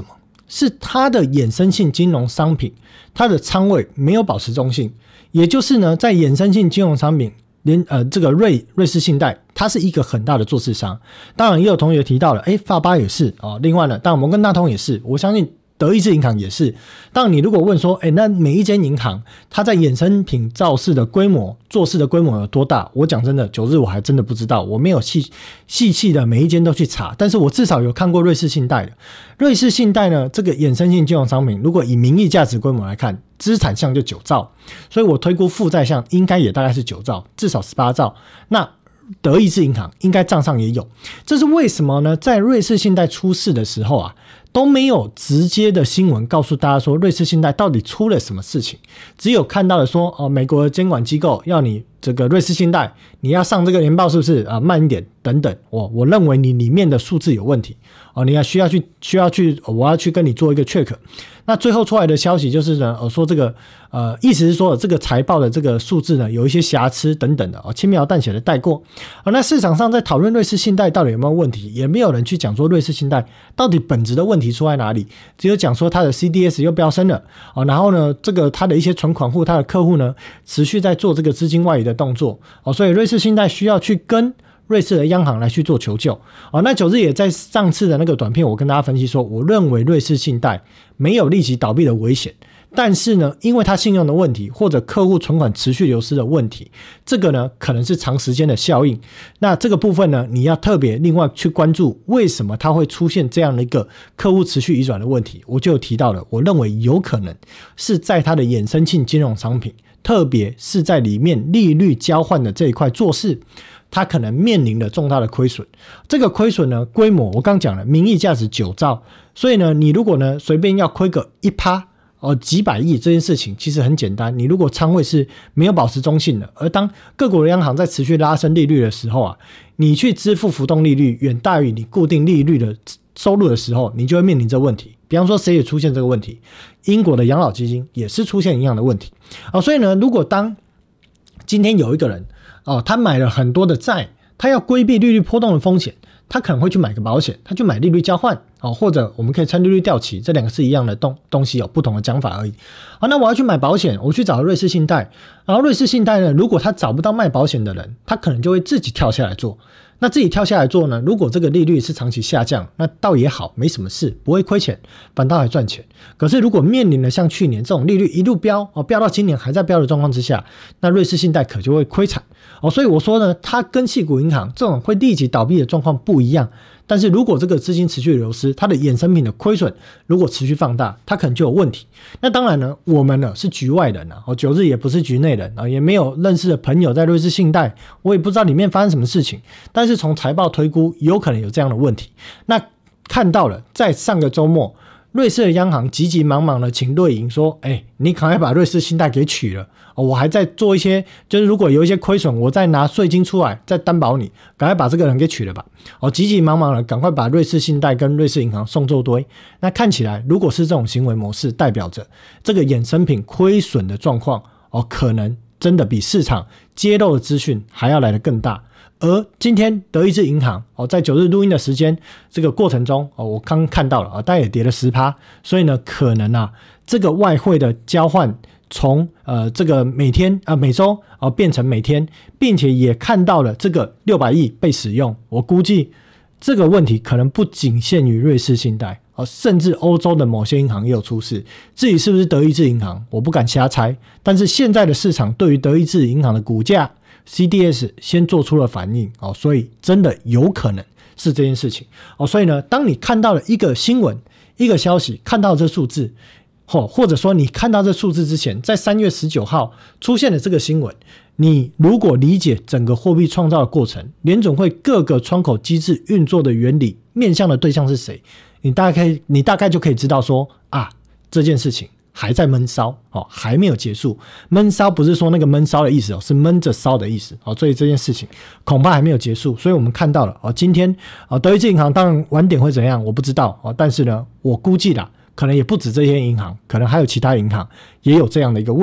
是它的衍生性金融商品，它的仓位没有保持中性，也就是呢，在衍生性金融商品，连呃这个瑞瑞士信贷，它是一个很大的做市商。当然，也有同学提到了，哎，法巴也是哦。另外呢，当然摩根大通也是，我相信德意志银行也是。当然，你如果问说，哎，那每一间银行它在衍生品造市的规模、做市的规模有多大？我讲真的，九日我还真的不知道，我没有细细细的每一间都去查，但是我至少有看过瑞士信贷的。瑞士信贷呢，这个衍生性金融商品，如果以名义价值规模来看，资产项就九兆，所以我推估负债项应该也大概是九兆，至少十八兆。那德意志银行应该账上也有，这是为什么呢？在瑞士信贷出事的时候啊，都没有直接的新闻告诉大家说瑞士信贷到底出了什么事情，只有看到了说哦，美国的监管机构要你这个瑞士信贷你要上这个年报是不是啊？慢一点等等，我我认为你里面的数字有问题哦，你要需要去需要去，我要去跟你做一个 check。那最后出来的消息就是呢，呃，说这个呃，意思是说这个财报的这个数字呢有一些瑕疵等等的哦，轻描淡写的带过。哦，那市场上在讨论瑞士信贷到底有没有问题，也没有人去讲说瑞士信贷到底本质的问题出在哪里，只有讲说它的 C D S 又飙升了哦，然后呢，这个它的一些存款户、它的客户呢持续在做这个资金外移的动作哦，所以瑞士信贷需要去跟瑞士的央行来去做求救哦。那九日也在上次的那个短片我跟大家分析说，我认为瑞士信贷没有立即倒闭的危险，但是呢，因为它信用的问题或者客户存款持续流失的问题，这个呢可能是长时间的效应。那这个部分呢，你要特别另外去关注为什么它会出现这样的一个客户持续移转的问题。我就有提到了，我认为有可能是在它的衍生性金融商品，特别是在里面利率交换的这一块做事，它可能面临了重大的亏损。这个亏损呢，规模我刚讲了，名义价值九兆，所以呢，你如果呢随便要亏个 百分之一 哦，几百亿这件事情其实很简单。你如果仓位是没有保持中性的，而当各国的央行在持续拉升利率的时候啊，你去支付浮动利率远大于你固定利率的收入的时候，你就会面临这个问题。比方说谁也出现这个问题，英国的养老基金也是出现一样的问题哦。所以呢，如果当今天有一个人哦，他买了很多的债，他要规避利率波动的风险，他可能会去买个保险，他去买利率交换哦，或者我们可以称利率调期，这两个是一样的东东西，有不同的讲法而已。好，那我要去买保险，我去找瑞士信贷，然后瑞士信贷呢，如果他找不到卖保险的人，他可能就会自己跳下来做。那自己跳下来做呢，如果这个利率是长期下降，那倒也好，没什么事，不会亏钱，反倒还赚钱。可是如果面临了像去年这种利率一路飙哦，飙到今年还在飙的状况之下，那瑞士信贷可就会亏惨哦。所以我说呢，它跟矽谷银行这种会立即倒闭的状况不一样。但是如果这个资金持续流失，它的衍生品的亏损如果持续放大，它可能就有问题。那当然呢，我们呢是局外人啊，哦，九日也不是局内人啊，也没有认识的朋友在瑞士信贷，我也不知道里面发生什么事情。但是从财报推估，有可能有这样的问题。那看到了，在上个周末，瑞士的央行急急忙忙的请瑞银说，哎，你赶快把瑞士信贷给取了。哦，我还在做一些，就是如果有一些亏损，我再拿税金出来再担保你，赶快把这个人给取了吧。哦，急急忙忙的赶快把瑞士信贷跟瑞士银行送作堆。那看起来如果是这种行为模式，代表着这个衍生品亏损的状况哦，可能真的比市场揭露的资讯还要来得更大。而今天德意志银行哦，在九日录音的时间这个过程中哦，我刚看到了啊，大概也跌了 百分之十， 所以呢，可能啊，这个外汇的交换从呃这个每天啊、呃、每周啊、呃、变成每天，并且也看到了这个六百亿被使用。我估计这个问题可能不仅限于瑞士信贷哦，甚至欧洲的某些银行也有出事。至于是不是德意志银行，我不敢瞎猜。但是现在的市场对于德意志银行的股价 C D S 先做出了反应哦，所以真的有可能是这件事情哦。所以呢，当你看到了一个新闻、一个消息，看到这数字，哦，或者说你看到这数字之前，在三月十九号出现的这个新闻，你如果理解整个货币创造的过程，联准会各个窗口机制运作的原理，面向的对象是谁，你大概可以，你大概就可以知道说啊，这件事情还在闷烧哦，还没有结束。闷烧不是说那个闷烧的意思哦，是闷着烧的意思哦，所以这件事情恐怕还没有结束。所以我们看到了哦，今天哦，德意志银行当然晚点会怎样，我不知道哦，但是呢，我估计啦，可能也不止这些银行，可能还有其他银行也有这样的一个问题。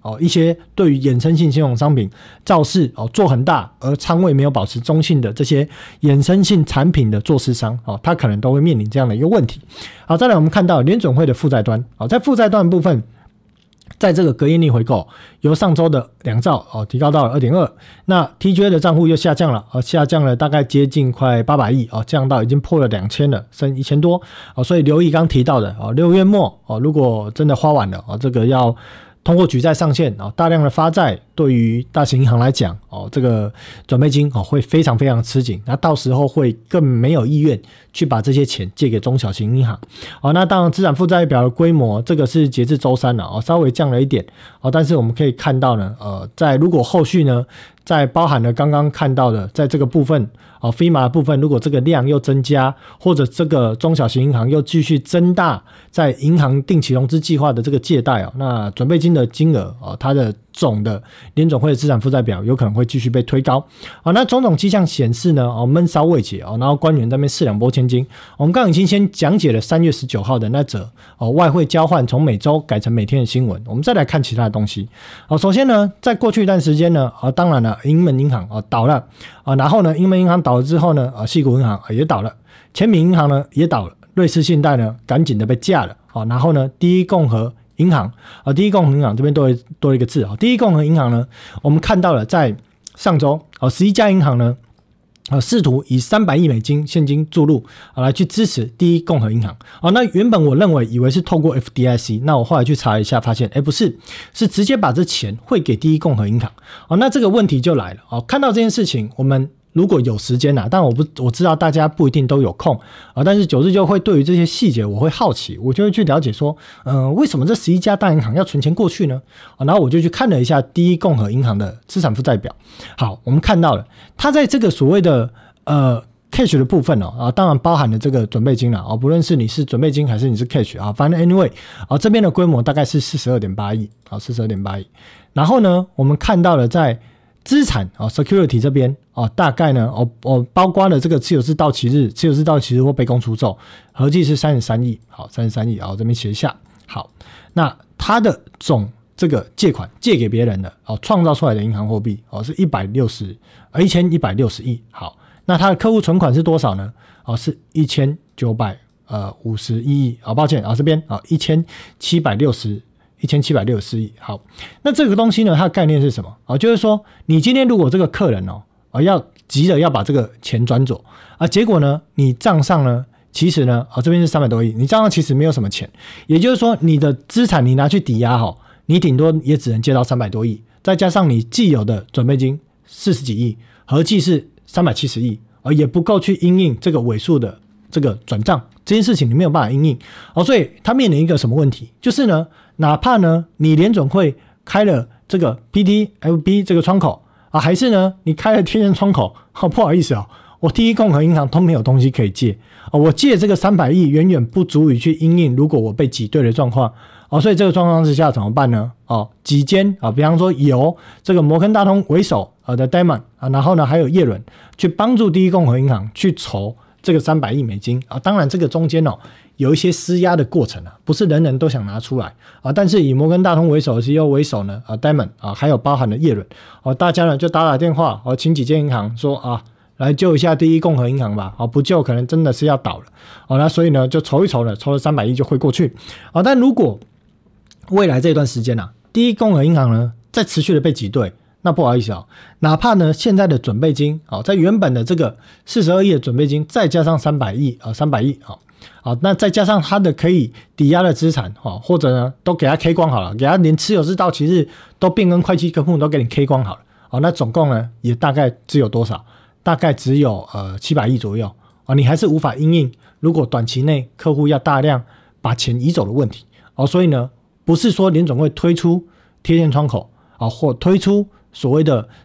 哦，一些对于衍生性金融商品造势哦做很大，而仓位没有保持中性的这些衍生性产品的做市商哦，它可能都会面临这样的一个问题。好，再来我们看到联准会的负债端，哦，在负债端的部分。在这个隔夜逆回购由上周的两兆哦提高到了 二点二， 那 T G A 的账户又下降了哦，下降了大概接近快八百亿哦，降到已经破了两千了，剩一千多哦，所以留意刚提到的哦，六月末哦，如果真的花完了哦，这个要通货举债上限哦，大量的发债对于大型银行来讲哦，这个准备金哦会非常非常吃紧，那到时候会更没有意愿去把这些钱借给中小型银行哦。那当然资产负债表的规模，这个是截至周三了哦，稍微降了一点哦，但是我们可以看到呢，呃，在如果后续呢，在包含了刚刚看到的，在这个部分哦 ，F I M A 的部分，如果这个量又增加，或者这个中小型银行又继续增大在银行定期融资计划的这个借贷哦，那准备金的金额哦，它的总的联准会的资产负债表有可能会继续被推高哦。那种种迹象显示呢，哦闷烧未解哦，然后官员在那边四两拨千斤。我们刚刚已经先讲解了三月十九号的那则哦外汇交换从每周改成每天的新闻，我们再来看其他的东西哦。首先呢，在过去一段时间呢，哦当然了，银门银行哦倒了啊，然后呢，银门银行倒了之后呢，啊矽谷银行也倒了，前民银行呢也倒了，瑞士信贷呢赶紧的被架了啊，然后呢，第一共和银行啊，第一共和银行这边多多了一个字啊，第一共和银行呢，我们看到了在上周啊，十一家银行呢。啊，试图以三百亿美金现金注入啊，来去支持第一共和银行啊。那原本我认为以为是透过 F D I C， 那我后来去查了一下，发现哎不是，是直接把这钱汇给第一共和银行啊。那这个问题就来了啊。看到这件事情，我们如果有时间啊，但我不我知道大家不一定都有空啊，但是九日就会对于这些细节我会好奇，我就会去了解说，嗯、呃，为什么这十一家大银行要存钱过去呢？啊，然后我就去看了一下第一共和银行的资产负债表。好，我们看到了，它在这个所谓的呃 cash 的部分哦，啊，当然包含了这个准备金了啊，不论是你是准备金还是你是 cash 啊，反正 anyway 啊，这边的规模大概是 四十二点八亿啊 ，四十二点八亿。然后呢，我们看到了在资产啊 security 这边啊，大概呢哦哦包括了这个持有至到期日、持有至到期日或被公出售，合计是三十三亿，好，三十三亿，好，这边写一下。好，那它的总这个借款借给别人的哦，创造出来的银行货币哦是一百六十呃一千一百六十亿，好，那它的客户存款是多少呢？哦，是一千九百呃五十一亿，啊、哦，抱歉啊、哦，这边啊一千七百六十。一千七百六十四亿，好，那这个东西呢，它的概念是什么啊？就是说，你今天如果这个客人哦，啊要急着要把这个钱转走啊，结果呢，你账上呢，其实呢，啊这边是三百多亿，你账上其实没有什么钱，也就是说，你的资产你拿去抵押哈，你顶多也只能借到三百多亿，再加上你既有的准备金四十几亿，合计是三百七十亿，啊也不够去因应这个尾数的这个转账这件事情，你没有办法因应哦，所以它面临一个什么问题？就是呢。哪怕呢，你联准会开了这个 P T F B 这个窗口啊，还是呢，你开了贴现窗口，好、哦、不好意思哦，我第一共和银行都没有东西可以借哦，我借这个三百亿远远不足以去因应如果我被挤兑的状况哦，所以这个状况之下怎么办呢？哦，几间啊，比方说由这个摩根大通为首啊的 Diamond 啊，然后呢还有叶伦去帮助第一共和银行去筹这个三百亿美金啊，当然这个中间哦。有一些施压的过程啊，不是人人都想拿出来啊。但是以摩根大通为首的 C E O 为首呢，啊 ，Diamond 啊，还有包含了叶伦哦，大家呢就打打电话哦，请几间银行说啊，来救一下第一共和银行吧，啊，不救可能真的是要倒了哦。那所以呢就筹一筹了，筹了三百亿就汇过去啊。但如果未来这段时间啊，第一共和银行呢再持续的被挤兑，那不好意思哦，哪怕呢现在的准备金哦，在原本的这个四十二亿的准备金，再加上三百亿啊，三百亿啊。好，那再加上他的可以抵押的资产，或者呢都给他 K 光好了，给他连持有至到期日都变更会计科目都给你 K 光好了，好，那总共呢也大概只有多少？大概只有呃七百亿左右啊，你还是无法因应如果短期内客户要大量把钱移走的问题哦，所以呢不是说联准会推出贴现窗口啊，或推出所谓的这个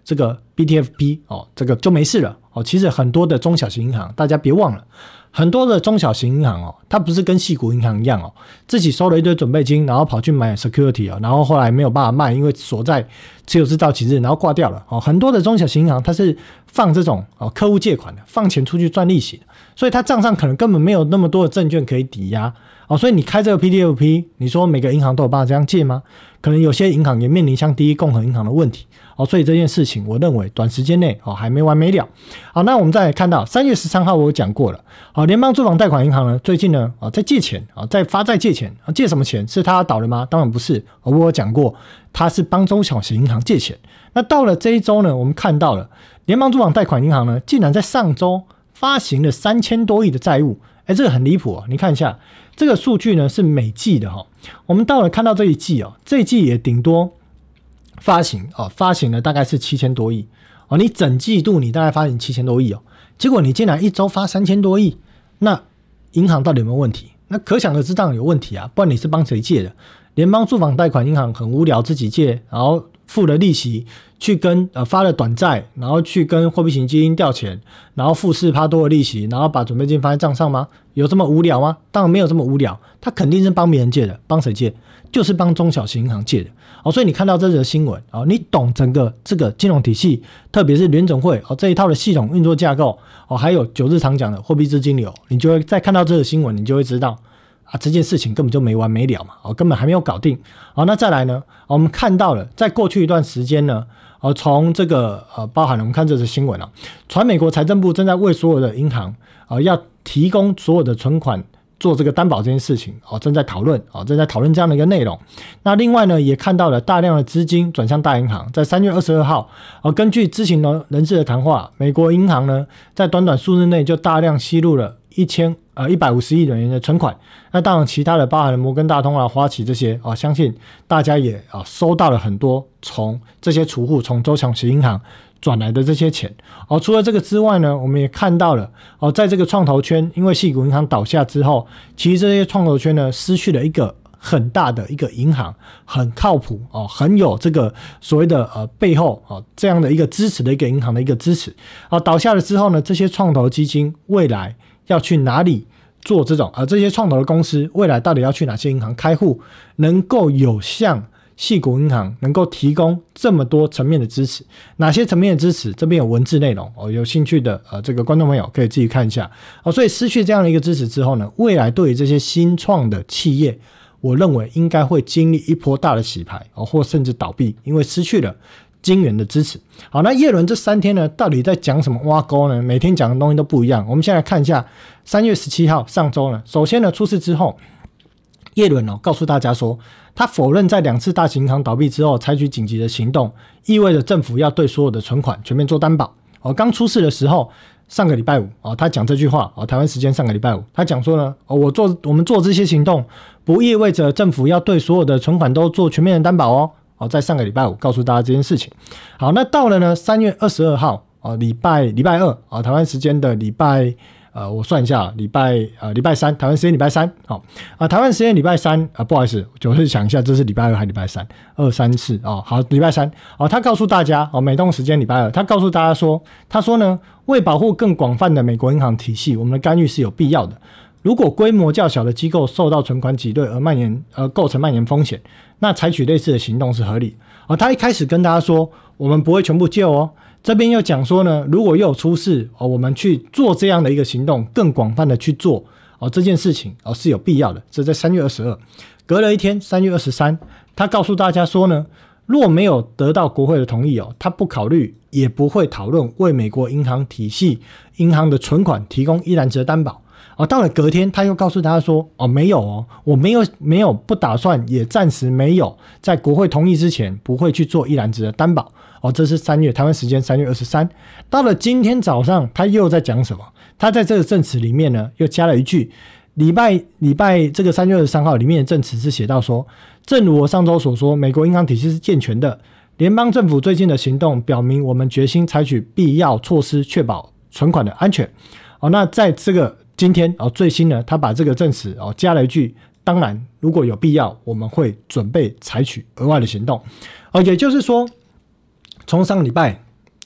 B T F P 哦，这个就没事了哦。其实很多的中小型银行，大家别忘了，很多的中小型银行哦，它不是跟矽谷银行一样哦，自己收了一堆准备金，然后跑去买 security 哦，然后后来没有办法卖，因为锁在持有至到期日，然后挂掉了哦。很多的中小型银行它是放这种哦客户借款的，放钱出去赚利息的，所以它账上可能根本没有那么多的证券可以抵押哦。所以你开这个 P T F P， 你说每个银行都有办法这样借吗？可能有些银行也面临像第一共和银行的问题哦，所以这件事情我认为短时间内哦还没完没了。好，那我们再来看到三月十三号我有讲过了，好，联邦住房贷款银行呢最近呢啊在借钱啊在发债借钱啊，借什么钱？是他倒了吗？当然不是，我有讲过他是帮中小型银行借钱。那到了这一周呢，我们看到了联邦住房贷款银行呢竟然在上周发行了三千多亿的债务，哎，这个很离谱哦！你看一下这个数据呢是每季的哈、哦，我们到了看到这一季哦，这一季也顶多发行哦，发行了大概是七千多亿哦，你整季度你大概发行七千多亿哦，结果你竟然一周发三千多亿，那银行到底有没有问题？那可想而知当然有问题啊，不然你是帮谁借的？联邦住房贷款银行很无聊，自己借，然后付了利息，去跟呃发了短债，然后去跟货币型基金调钱，然后付四趴多的利息，然后把准备金放在账上吗？有这么无聊吗？当然没有这么无聊，他肯定是帮别人借的，帮谁借？就是帮中小型银行借的哦。所以你看到这则新闻哦，你懂整个这个金融体系，特别是联准会哦这一套的系统运作架构哦，还有九日常讲的货币资金流，你就会再看到这个新闻，你就会知道。啊，这件事情根本就没完没了嘛，哦，根本还没有搞定。好，那再来呢，我们看到了，在过去一段时间呢，呃，从这个呃，包含了我们看这则新闻啊，传美国财政部正在为所有的银行啊、呃，要提供所有的存款做这个担保这件事情哦，正在讨论哦，正在讨论这样的一个内容。那另外呢，也看到了大量的资金转向大银行，在三月二十二号，哦，根据知情人士的谈话，美国银行呢，在短短数日内就大量吸入了一千呃一百五十亿美元的存款。那当然，其他的包含了摩根大通啊、花旗这些啊、哦，相信大家也啊、哦、收到了很多从这些储户从中小型银行转来的这些钱哦。除了这个之外呢，我们也看到了哦，在这个创投圈，因为矽谷银行倒下之后，其实这些创投圈呢失去了一个很大的一个银行，很靠谱哦，很有这个所谓的呃背后哦这样的一个支持的一个银行的一个支持啊、哦。倒下了之后呢，这些创投基金未来要去哪里？做这种，而、呃、这些创投的公司未来到底要去哪些银行开户，能够有像矽谷银行能够提供这么多层面的支持？哪些层面的支持？这边有文字内容哦，有兴趣的呃这个观众朋友可以自己看一下哦。所以失去这样的一个支持之后呢，未来对于这些新创的企业，我认为应该会经历一波大的洗牌哦，或甚至倒闭，因为失去了金元的支持。好，那叶伦这三天呢，到底在讲什么挖沟呢？每天讲的东西都不一样。我们先来看一下三月十七号上周呢，首先呢出事之后，叶伦哦告诉大家说，他否认在两次大型银行倒闭之后采取紧急的行动，意味着政府要对所有的存款全面做担保。哦，刚出事的时候，上个礼拜五哦，他讲这句话哦，台湾时间上个礼拜五，他讲说呢，哦，我做我们做这些行动，不意味着政府要对所有的存款都做全面的担保哦。哦，在上个礼拜五告诉大家这件事情。好，那到了呢三月二十二号哦，礼拜礼拜二啊，台湾时间的礼拜呃，我算一下，礼拜呃礼拜三，台湾时间礼拜三，好、哦、啊，台湾时间礼拜三啊，不好意思，就是想一下，这是礼拜二还是礼拜三？二三四哦，好，礼拜三哦，他告诉大家哦，美东时间礼拜二，他告诉大家说，他说呢，为保护更广泛的美国银行体系，我们的干预是有必要的。如果规模较小的机构受到存款挤兑而蔓延，而构成蔓延风险，那采取类似的行动是合理。哦，他一开始跟大家说，我们不会全部救哦。这边又讲说呢，如果又有出事，哦，我们去做这样的一个行动，更广泛的去做哦，这件事情哦是有必要的。这在三月二十二，隔了一天，三月二十三，他告诉大家说呢，若没有得到国会的同意哦，他不考虑也不会讨论为美国银行体系、银行的存款提供依然值的担保。哦，到了隔天，他又告诉大家说：“哦，没有哦，我没有没有不打算，也暂时没有在国会同意之前，不会去做依然值的担保。”哦，这是三月台湾时间三月二十三。到了今天早上，他又在讲什么？他在这个证词里面呢，又加了一句：礼拜礼拜这个三月二十三号里面的证词是写到说，正如我上周所说，美国银行体系是健全的，联邦政府最近的行动表明，我们决心采取必要措施，确保存款的安全。哦，那在这个今天哦，最新呢，他把这个证词哦加了一句，当然如果有必要，我们会准备采取额外的行动。哦，也就是说，从上个礼拜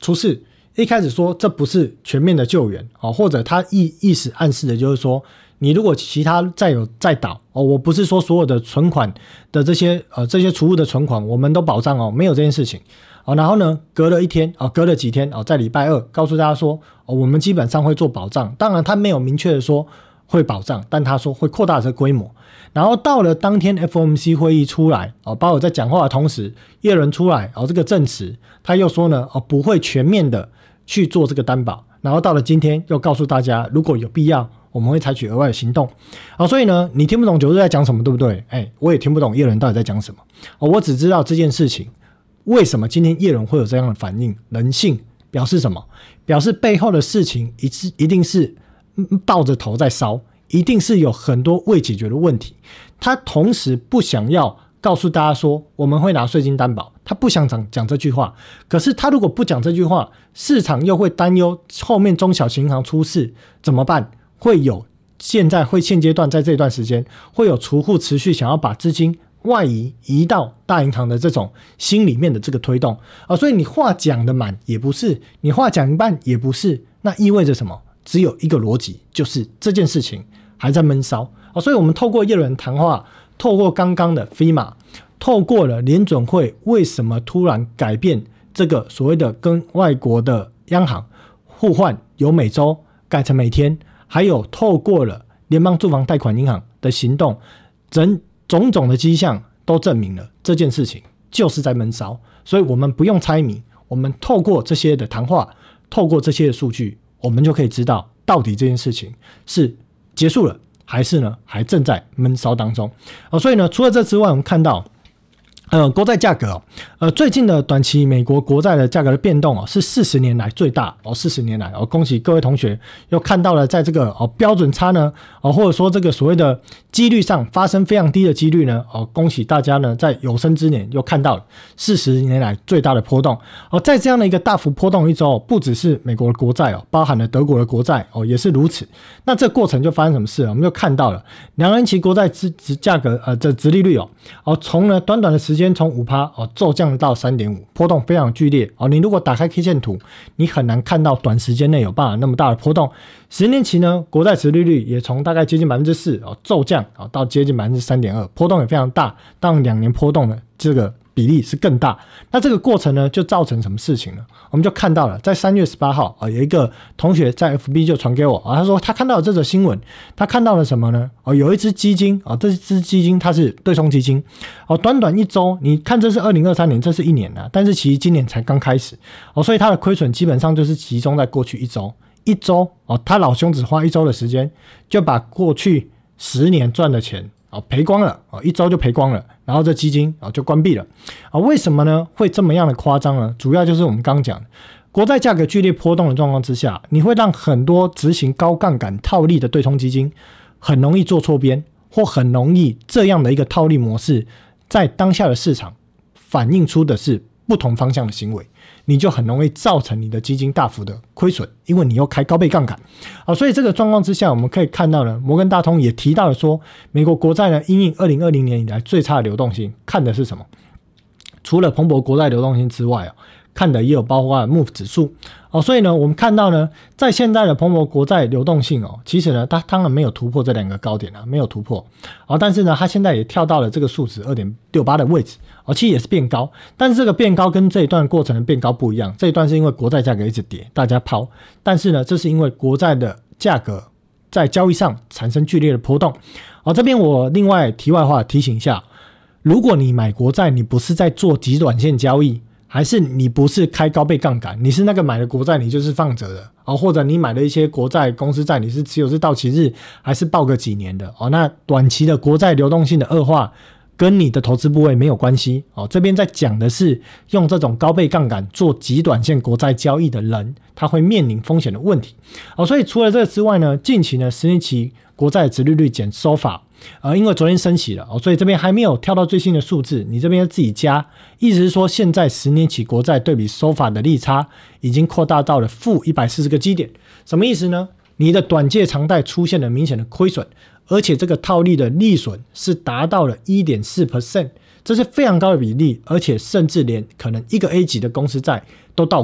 出事，一开始说这不是全面的救援哦，或者他意意思暗示的就是说，你如果其他再有再倒哦，我不是说所有的存款的这些呃这些储户的存款我们都保障哦，没有这件事情哦。然后呢，隔了一天哦，隔了几天哦，在礼拜二告诉大家说哦，我们基本上会做保障，当然他没有明确的说会保障，但他说会扩大这个规模。然后到了当天 F O M C 会议出来哦，包括在讲话的同时，耶伦出来哦，这个证词他又说呢哦，不会全面的去做这个担保。然后到了今天又告诉大家，如果有必要，我们会采取额外的行动。好，所以呢，你听不懂九日在讲什么，对不对？哎，我也听不懂耶伦到底在讲什么。哦，我只知道这件事情为什么今天耶伦会有这样的反应，人性表示什么？表示背后的事情一一定是抱着头在烧。一定是有很多未解决的问题，他同时不想要告诉大家说我们会拿税金担保，他不想讲讲这句话。可是他如果不讲这句话，市场又会担忧后面中小型银行出事怎么办？会有现在会现阶段在这段时间会有储户持续想要把资金外移移到大银行的这种心里面的这个推动啊，所以你话讲的满也不是，你话讲一半也不是，那意味着什么？只有一个逻辑，就是这件事情还在闷烧啊，所以我们透过耶伦谈话，透过刚刚的 F E M A， 透过了联准会为什么突然改变这个所谓的跟外国的央行互换，由每周改成每天，还有透过了联邦住房贷款银行的行动，整种种的迹象都证明了这件事情就是在闷烧。所以我们不用猜谜，我们透过这些的谈话，透过这些的数据，我们就可以知道到底这件事情是结束了还是呢还正在闷烧当中、哦、所以呢除了这之外，我们看到呃，国债价格、哦、呃，最近的短期美国国债的价格的变动、哦、是四十年来最大哦，四十年来哦，恭喜各位同学又看到了在这个哦标准差呢哦，或者说这个所谓的几率上发生非常低的几率呢哦，恭喜大家呢在有生之年又看到了四十年来最大的波动哦，在这样的一个大幅波动一周、哦，不只是美国的国债哦，包含了德国的国债哦，也是如此。那这个过程就发生什么事了？我们就看到了两年期国债之价格呃这殖利率哦哦，从呢短短的时间从 百分之五 哦骤降到 三点五， 波动非常剧烈哦。你如果打开 K 线图，你很难看到短时间内有办法那么大的波动。十年期呢，国债殖利率也从大概接近 百分之四 哦骤降哦到接近 百分之三点二， 波动也非常大。当然两年波动的这个比例是更大。那这个过程呢，就造成什么事情呢？我们就看到了，在三月十八号啊，有一个同学在 F B 就传给我啊，他说他看到了这则新闻，他看到了什么呢？哦，有一只基金啊，这只基金它是对冲基金，哦，短短一周，你看这是二零二三年，这是一年啊，但是其实今年才刚开始哦，所以它的亏损基本上就是集中在过去一周，一周哦，他老兄只花一周的时间就把过去十年赚的钱哦赔光了哦，一周就赔光了。然后这基金就关闭了啊？为什么呢？会这么样的夸张呢？主要就是我们刚刚讲的，国债价格剧烈波动的状况之下，你会让很多执行高杠杆套利的对冲基金很容易做错边，或很容易这样的一个套利模式，在当下的市场反映出的是不同方向的行为，你就很容易造成你的基金大幅的亏损，因为你又开高倍杠杆啊，所以这个状况之下，我们可以看到呢，摩根大通也提到了说，美国国债呢因应二零二零年以来最差的流动性，看的是什么？除了彭博国债流动性之外、哦、看的也有包括 M O V E 指数哦，所以呢，我们看到呢，在现在的彭博国债流动性哦，其实呢，它当然没有突破这两个高点啊，没有突破哦，但是呢，它现在也跳到了这个数值 二点六八 的位置哦，其实也是变高，但是这个变高跟这一段过程的变高不一样，这一段是因为国债价格一直跌，大家抛，但是呢，这是因为国债的价格在交易上产生剧烈的波动哦。这边我另外题外话提醒一下，如果你买国债，你不是在做极短线交易，还是你不是开高倍杠杆，你是那个买的国债你就是放着的、哦、或者你买的一些国债公司债你是持有是到期日还是报个几年的、哦、那短期的国债流动性的恶化跟你的投资部位没有关系、哦、这边在讲的是用这种高倍杠杆做极短线国债交易的人，他会面临风险的问题、哦、所以除了这个之外呢，近期呢十年期国债殖利率减收法呃，因为昨天升息了、哦、所以这边还没有跳到最新的数字，你这边要自己加，意思是说现在十年期国债对比收法的利差已经扩大到了负一百四十个基点，什么意思呢？你的短借长贷出现了明显的亏损，而且这个套利的利损是达到了 百分之一点四， 这是非常高的比例，而且甚至连可能一个 A 级的公司债都倒挂，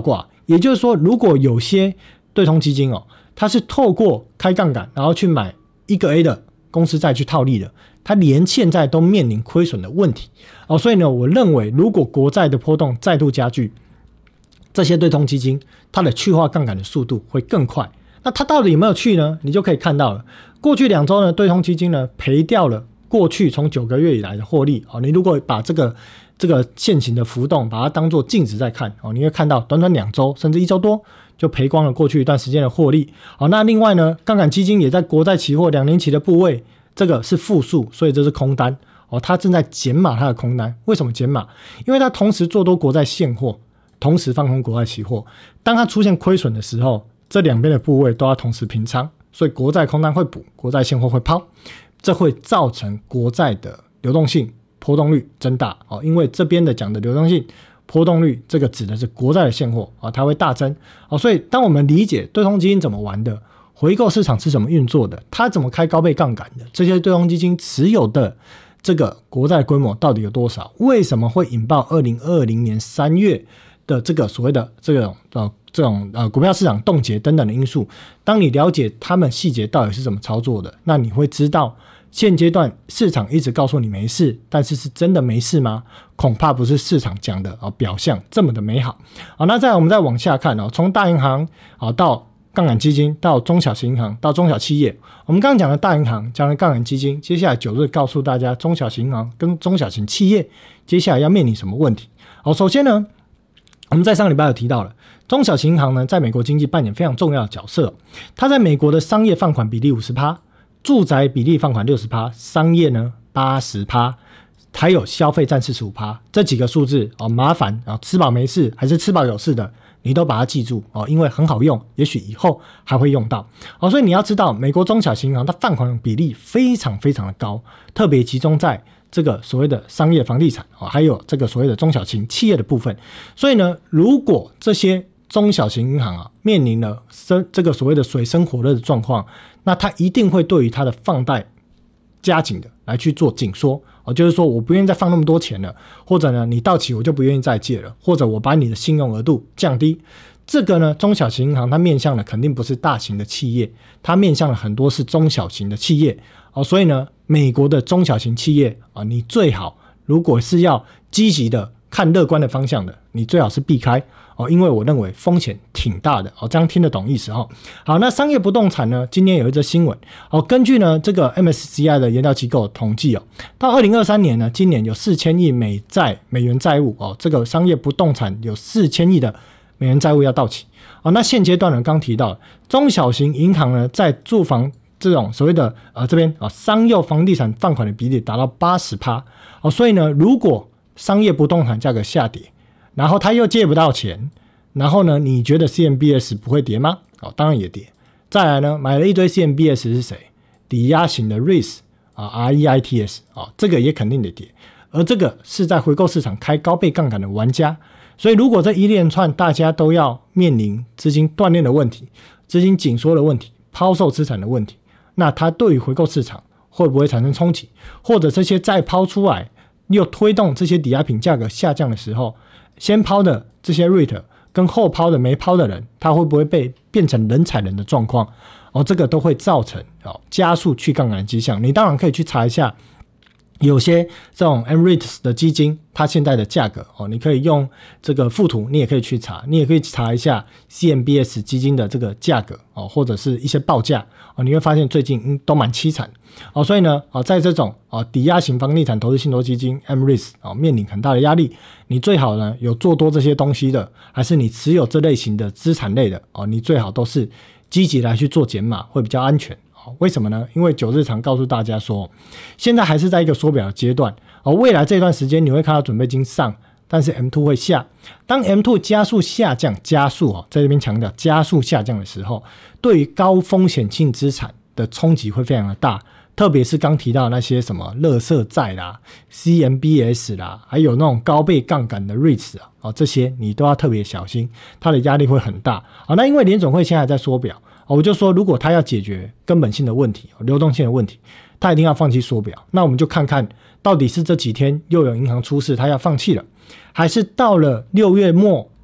也就是说，如果有些对冲基金哦，它是透过开杠杆，然后去买一个 A 的公司债去套利的，它连现在都面临亏损的问题哦。所以呢，我认为如果国债的波动再度加剧，这些对冲基金它的去化杠杆的速度会更快。那它到底有没有去呢？你就可以看到了，过去两周呢，对冲基金呢赔掉了过去从九个月以来的获利哦。你如果把这个这个现行的浮动把它当作净值在看哦，你会看到短短两周甚至一周多就赔光了过去一段时间的获利。好，那另外呢，杠杆基金也在国债期货两年期的部位，这个是负数，所以这是空单哦，它正在减码它的空单。为什么减码？因为它同时做多国债现货，同时放空国债期货。当它出现亏损的时候，这两边的部位都要同时平仓，所以国债空单会补，国债现货会抛，这会造成国债的流动性波动率增大哦。因为这边的讲的流动性波动率，这个指的是国债的现货啊，它会大增哦。所以当我们理解对冲基金怎么玩的，回购市场是怎么运作的，它怎么开高倍杠杆的，这些对冲基金持有的这个国债规模到底有多少？为什么会引爆二零二零年三月的这个所谓的这种呃这种呃股票市场冻结等等的因素？当你了解他们细节到底是怎么操作的，那你会知道现阶段市场一直告诉你没事，但是是真的没事吗？恐怕不是市场讲的、哦、表象这么的美好。好，那再来我们再往下看哦，从大银行、哦、到杠杆基金，到中小型银行，到中小企业。我们刚刚讲的大银行，讲的杠杆基金，接下来九日告诉大家中小型银行跟中小型企业接下来要面临什么问题。好，首先呢，我们在上个礼拜有提到了，中小型银行呢在美国经济扮演非常重要的角色。它在美国的商业放款比例 百分之五十， 住宅比例放款 百分之六十， 商业呢 百分之八十， 还有消费占 百分之四十五。 这几个数字、哦、麻烦、哦、吃饱没事还是吃饱有事的，你都把它记住、哦、因为很好用，也许以后还会用到、哦、所以你要知道美国中小型银行它放款比例非常非常的高，特别集中在这个所谓的商业房地产、哦、还有这个所谓的中小型企业的部分。所以呢，如果这些中小型银行啊面临了这个所谓的水深火热的状况，那它一定会对于它的放贷加紧的来去做紧缩、哦、就是说我不愿意再放那么多钱了，或者呢你到期我就不愿意再借了，或者我把你的信用额度降低。这个呢，中小型银行它面向的肯定不是大型的企业，它面向的很多是中小型的企业、哦、所以呢，美国的中小型企业、哦、你最好如果是要积极的看乐观的方向的，你最好是避开哦，因为我认为风险挺大的哦，这样听得懂意思哦。好，那商业不动产呢？今天有一则新闻哦，根据呢这个 M S C I 的研调机构统计哦，到二零二三年呢，今年有四千亿美债美元债务哦，这个商业不动产有四千亿的美元债务要到期哦。那现阶段呢，刚提到中小型银行呢，在住房这种所谓的呃这边啊、哦、商用房地产放款的比例达到 百分之八十 哦，所以呢，如果商业不动产价格下跌，然后他又借不到钱，然后呢，你觉得 C M B S 不会跌吗？哦，当然也跌。再来呢，买了一堆 C M B S 是谁？抵押型的 R E I T 啊 ，R E I T S 啊、哦，这个也肯定得跌。而这个是在回购市场开高倍杠杆的玩家，所以如果这一连串大家都要面临资金断裂的问题、资金紧缩的问题、抛售资产的问题，那它对于回购市场会不会产生冲击？或者这些再抛出来，又推动这些抵押品价格下降的时候，先抛的这些 R E I T 跟后抛的没抛的人，他会不会被变成人踩人的状况？哦，这个都会造成、哦、加速去杠杆的迹象。你当然可以去查一下，有些这种 M R E I T 的基金，它现在的价格、哦、你可以用这个附图，你也可以去查，你也可以查一下 C M B S 基金的这个价格、哦、或者是一些报价、哦、你会发现最近、嗯、都蛮凄惨。哦，所以呢，哦，在这种、哦、抵押型房地产投资信托基金 M R E I T、哦、面临很大的压力，你最好呢有做多这些东西的，还是你持有这类型的资产类的、哦、你最好都是积极来去做减码，会比较安全。哦、为什么呢？因为九日常告诉大家说，现在还是在一个缩表的阶段、哦、未来这段时间你会看到准备金上，但是 M 二 会下。当 M 二 加速下降，加速、哦、在这边强调加速下降的时候，对于高风险性资产的冲击会非常的大。特别是刚提到那些什么垃圾债啦、C M B S 啦，还有那种高倍杠杆的 R E I T 啊、哦，这些你都要特别小心，它的压力会很大。好、哦，那因为联总会现在还在缩表、哦，我就说如果它要解决根本性的问题、流动性的问题，它一定要放弃缩表。那我们就看看到底是这几天又有银行出事，它要放弃了，还是到了六月末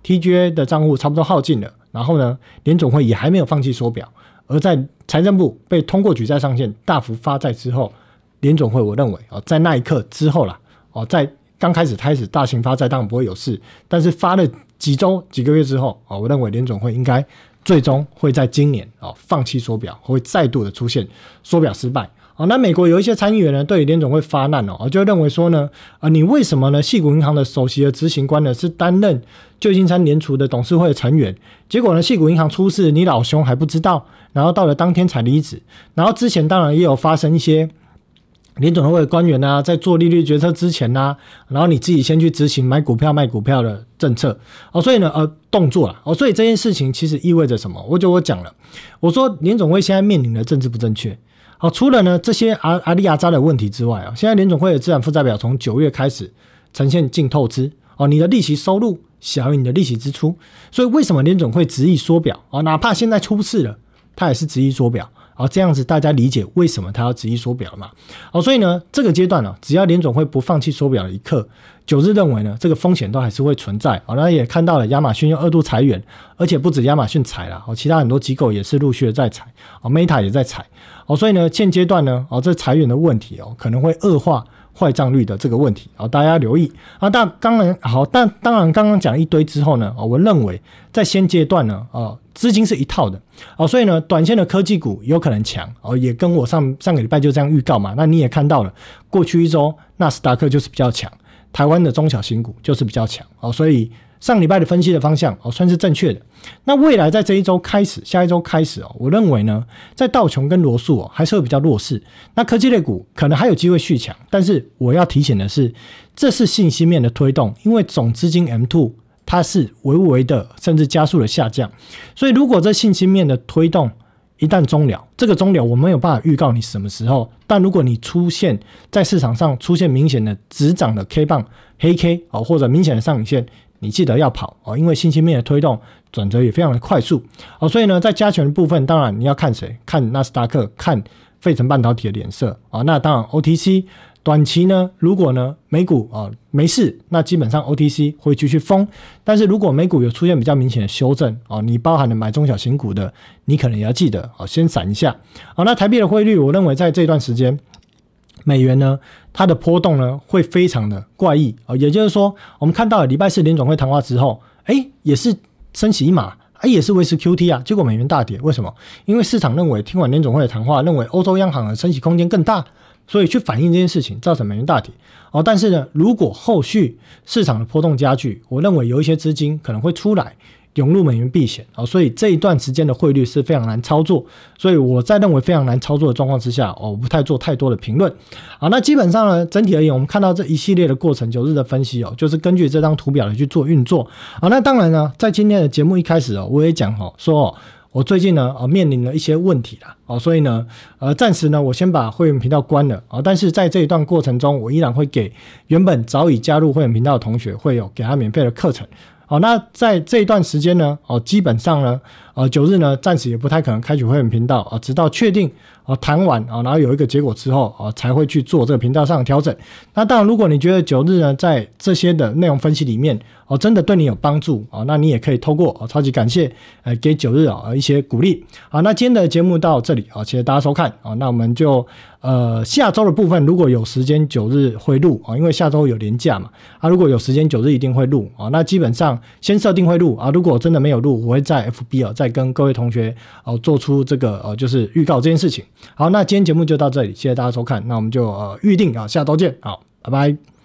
T G A 的账户差不多耗尽了，然后呢，联总会也还没有放弃缩表，而在财政部被通过举债上限大幅发债之后，联总会我认为、哦、在那一刻之后啦、哦、在刚开始开始大型发债当然不会有事，但是发了几周几个月之后、哦、我认为联总会应该最终会在今年、哦、放弃缩表，会再度的出现缩表失败。哦、那美国有一些参议员呢，对于联总会发难哦，就认为说呢，呃，你为什么呢？矽谷银行的首席的执行官呢是担任旧金山联储的董事会的成员，结果呢，矽谷银行出事，你老兄还不知道，然后到了当天才离职，然后之前当然也有发生一些联总会的官员啊，在做利率决策之前啊，然后你自己先去执行买股票卖股票的政策哦，所以呢，呃，动作啦哦，所以这件事情其实意味着什么？我就我讲了，我说联总会现在面临的政治不正确。好，除了呢这些阿阿里亚扎的问题之外啊，现在联总会的资产负债表从九月开始呈现净透支哦，你的利息收入小于你的利息支出，所以为什么联总会执意缩表哦？哪怕现在出事了，它也是执意缩表。哦，这样子大家理解为什么他要执意缩表了嘛？哦，所以呢，这个阶段呢、啊，只要联总会不放弃缩表的一刻，九日认为呢，这个风险都还是会存在。哦，那也看到了亚马逊又二度裁员，而且不止亚马逊裁了，哦，其他很多机构也是陆续的在裁，哦 ，Meta 也在裁。哦，所以呢，现阶段呢，哦，这裁员的问题哦，可能会恶化坏账率的这个问题，哦，大家要留意啊。但当然好，但当然刚刚讲一堆之后呢，哦，我认为在现阶段呢，哦，资金是一套的，哦，所以呢，短线的科技股有可能强，哦，也跟我上上个礼拜就这样预告嘛。那你也看到了，过去一周纳斯达克就是比较强，台湾的中小型股就是比较强，哦，所以上礼拜的分析的方向哦算是正确的。那未来在这一周开始，下一周开始哦，我认为呢，在道琼跟罗素哦还是会比较弱势。那科技类股可能还有机会续强，但是我要提醒的是，这是信息面的推动，因为总资金 M 二 它是微微的甚至加速的下降，所以如果这信息面的推动一旦终了，这个终了我没有办法预告你什么时候，但如果你出现在市场上出现明显的止涨的 K 棒黑 K 哦，或者明显的上影线，你记得要跑哦，因为信息面的推动转折也非常的快速哦，所以呢，在加权的部分，当然你要看谁，看纳斯达克，看费城半导体的脸色啊、哦。那当然 O T C 短期呢，如果呢美股啊、哦、没事，那基本上 O T C 会继续疯。但是如果美股有出现比较明显的修正哦，你包含了买中小型股的，你可能也要记得哦，先闪一下。好、哦，那台币的汇率，我认为在这段时间，美元呢，它的波动呢会非常的怪异啊、哦，也就是说，我们看到了礼拜四联总会谈话之后，哎，也是升息一码，哎，也是维持 Q T 啊，结果美元大跌，为什么？因为市场认为听完联总会的谈话，认为欧洲央行的升息空间更大，所以去反映这件事情，造成美元大跌。哦，但是呢，如果后续市场的波动加剧，我认为有一些资金可能会出来涌入美元避险，哦，所以这一段时间的汇率是非常难操作，所以我在认为非常难操作的状况之下，哦，我不太做太多的评论。好，那基本上呢，整体而言，我们看到这一系列的过程，九日的分析哦，就是根据这张图表来去做运作。好，那当然呢，在今天的节目一开始哦，我也讲哦，说哦，我最近呢，呃，面临了一些问题啦，哦，所以呢，呃，暂时呢，我先把会员频道关了啊、哦，但是在这一段过程中，我依然会给原本早已加入会员频道的同学，会有给他免费的课程。好，那在这一段时间呢，哦，基本上呢，呃，九日呢，暂时也不太可能开启会员频道啊，直到确定啊谈完啊，然后有一个结果之后啊，才会去做这个频道上的调整。那当然，如果你觉得九日呢，在这些的内容分析里面哦，真的对你有帮助啊，那你也可以透过哦，超级感谢呃给九日啊一些鼓励。好，那今天的节目到这里啊，谢谢大家收看啊，那我们就呃下周的部分如果有时间九日会录啊，因为下周有连假嘛啊，如果有时间九日一定会录啊，那基本上先设定会录啊，如果真的没有录，我会在 F B 啊再跟各位同学哦做出这个呃就是预告这件事情。好，那今天节目就到这里，谢谢大家收看，那我们就呃预定啊下周见，好，拜拜。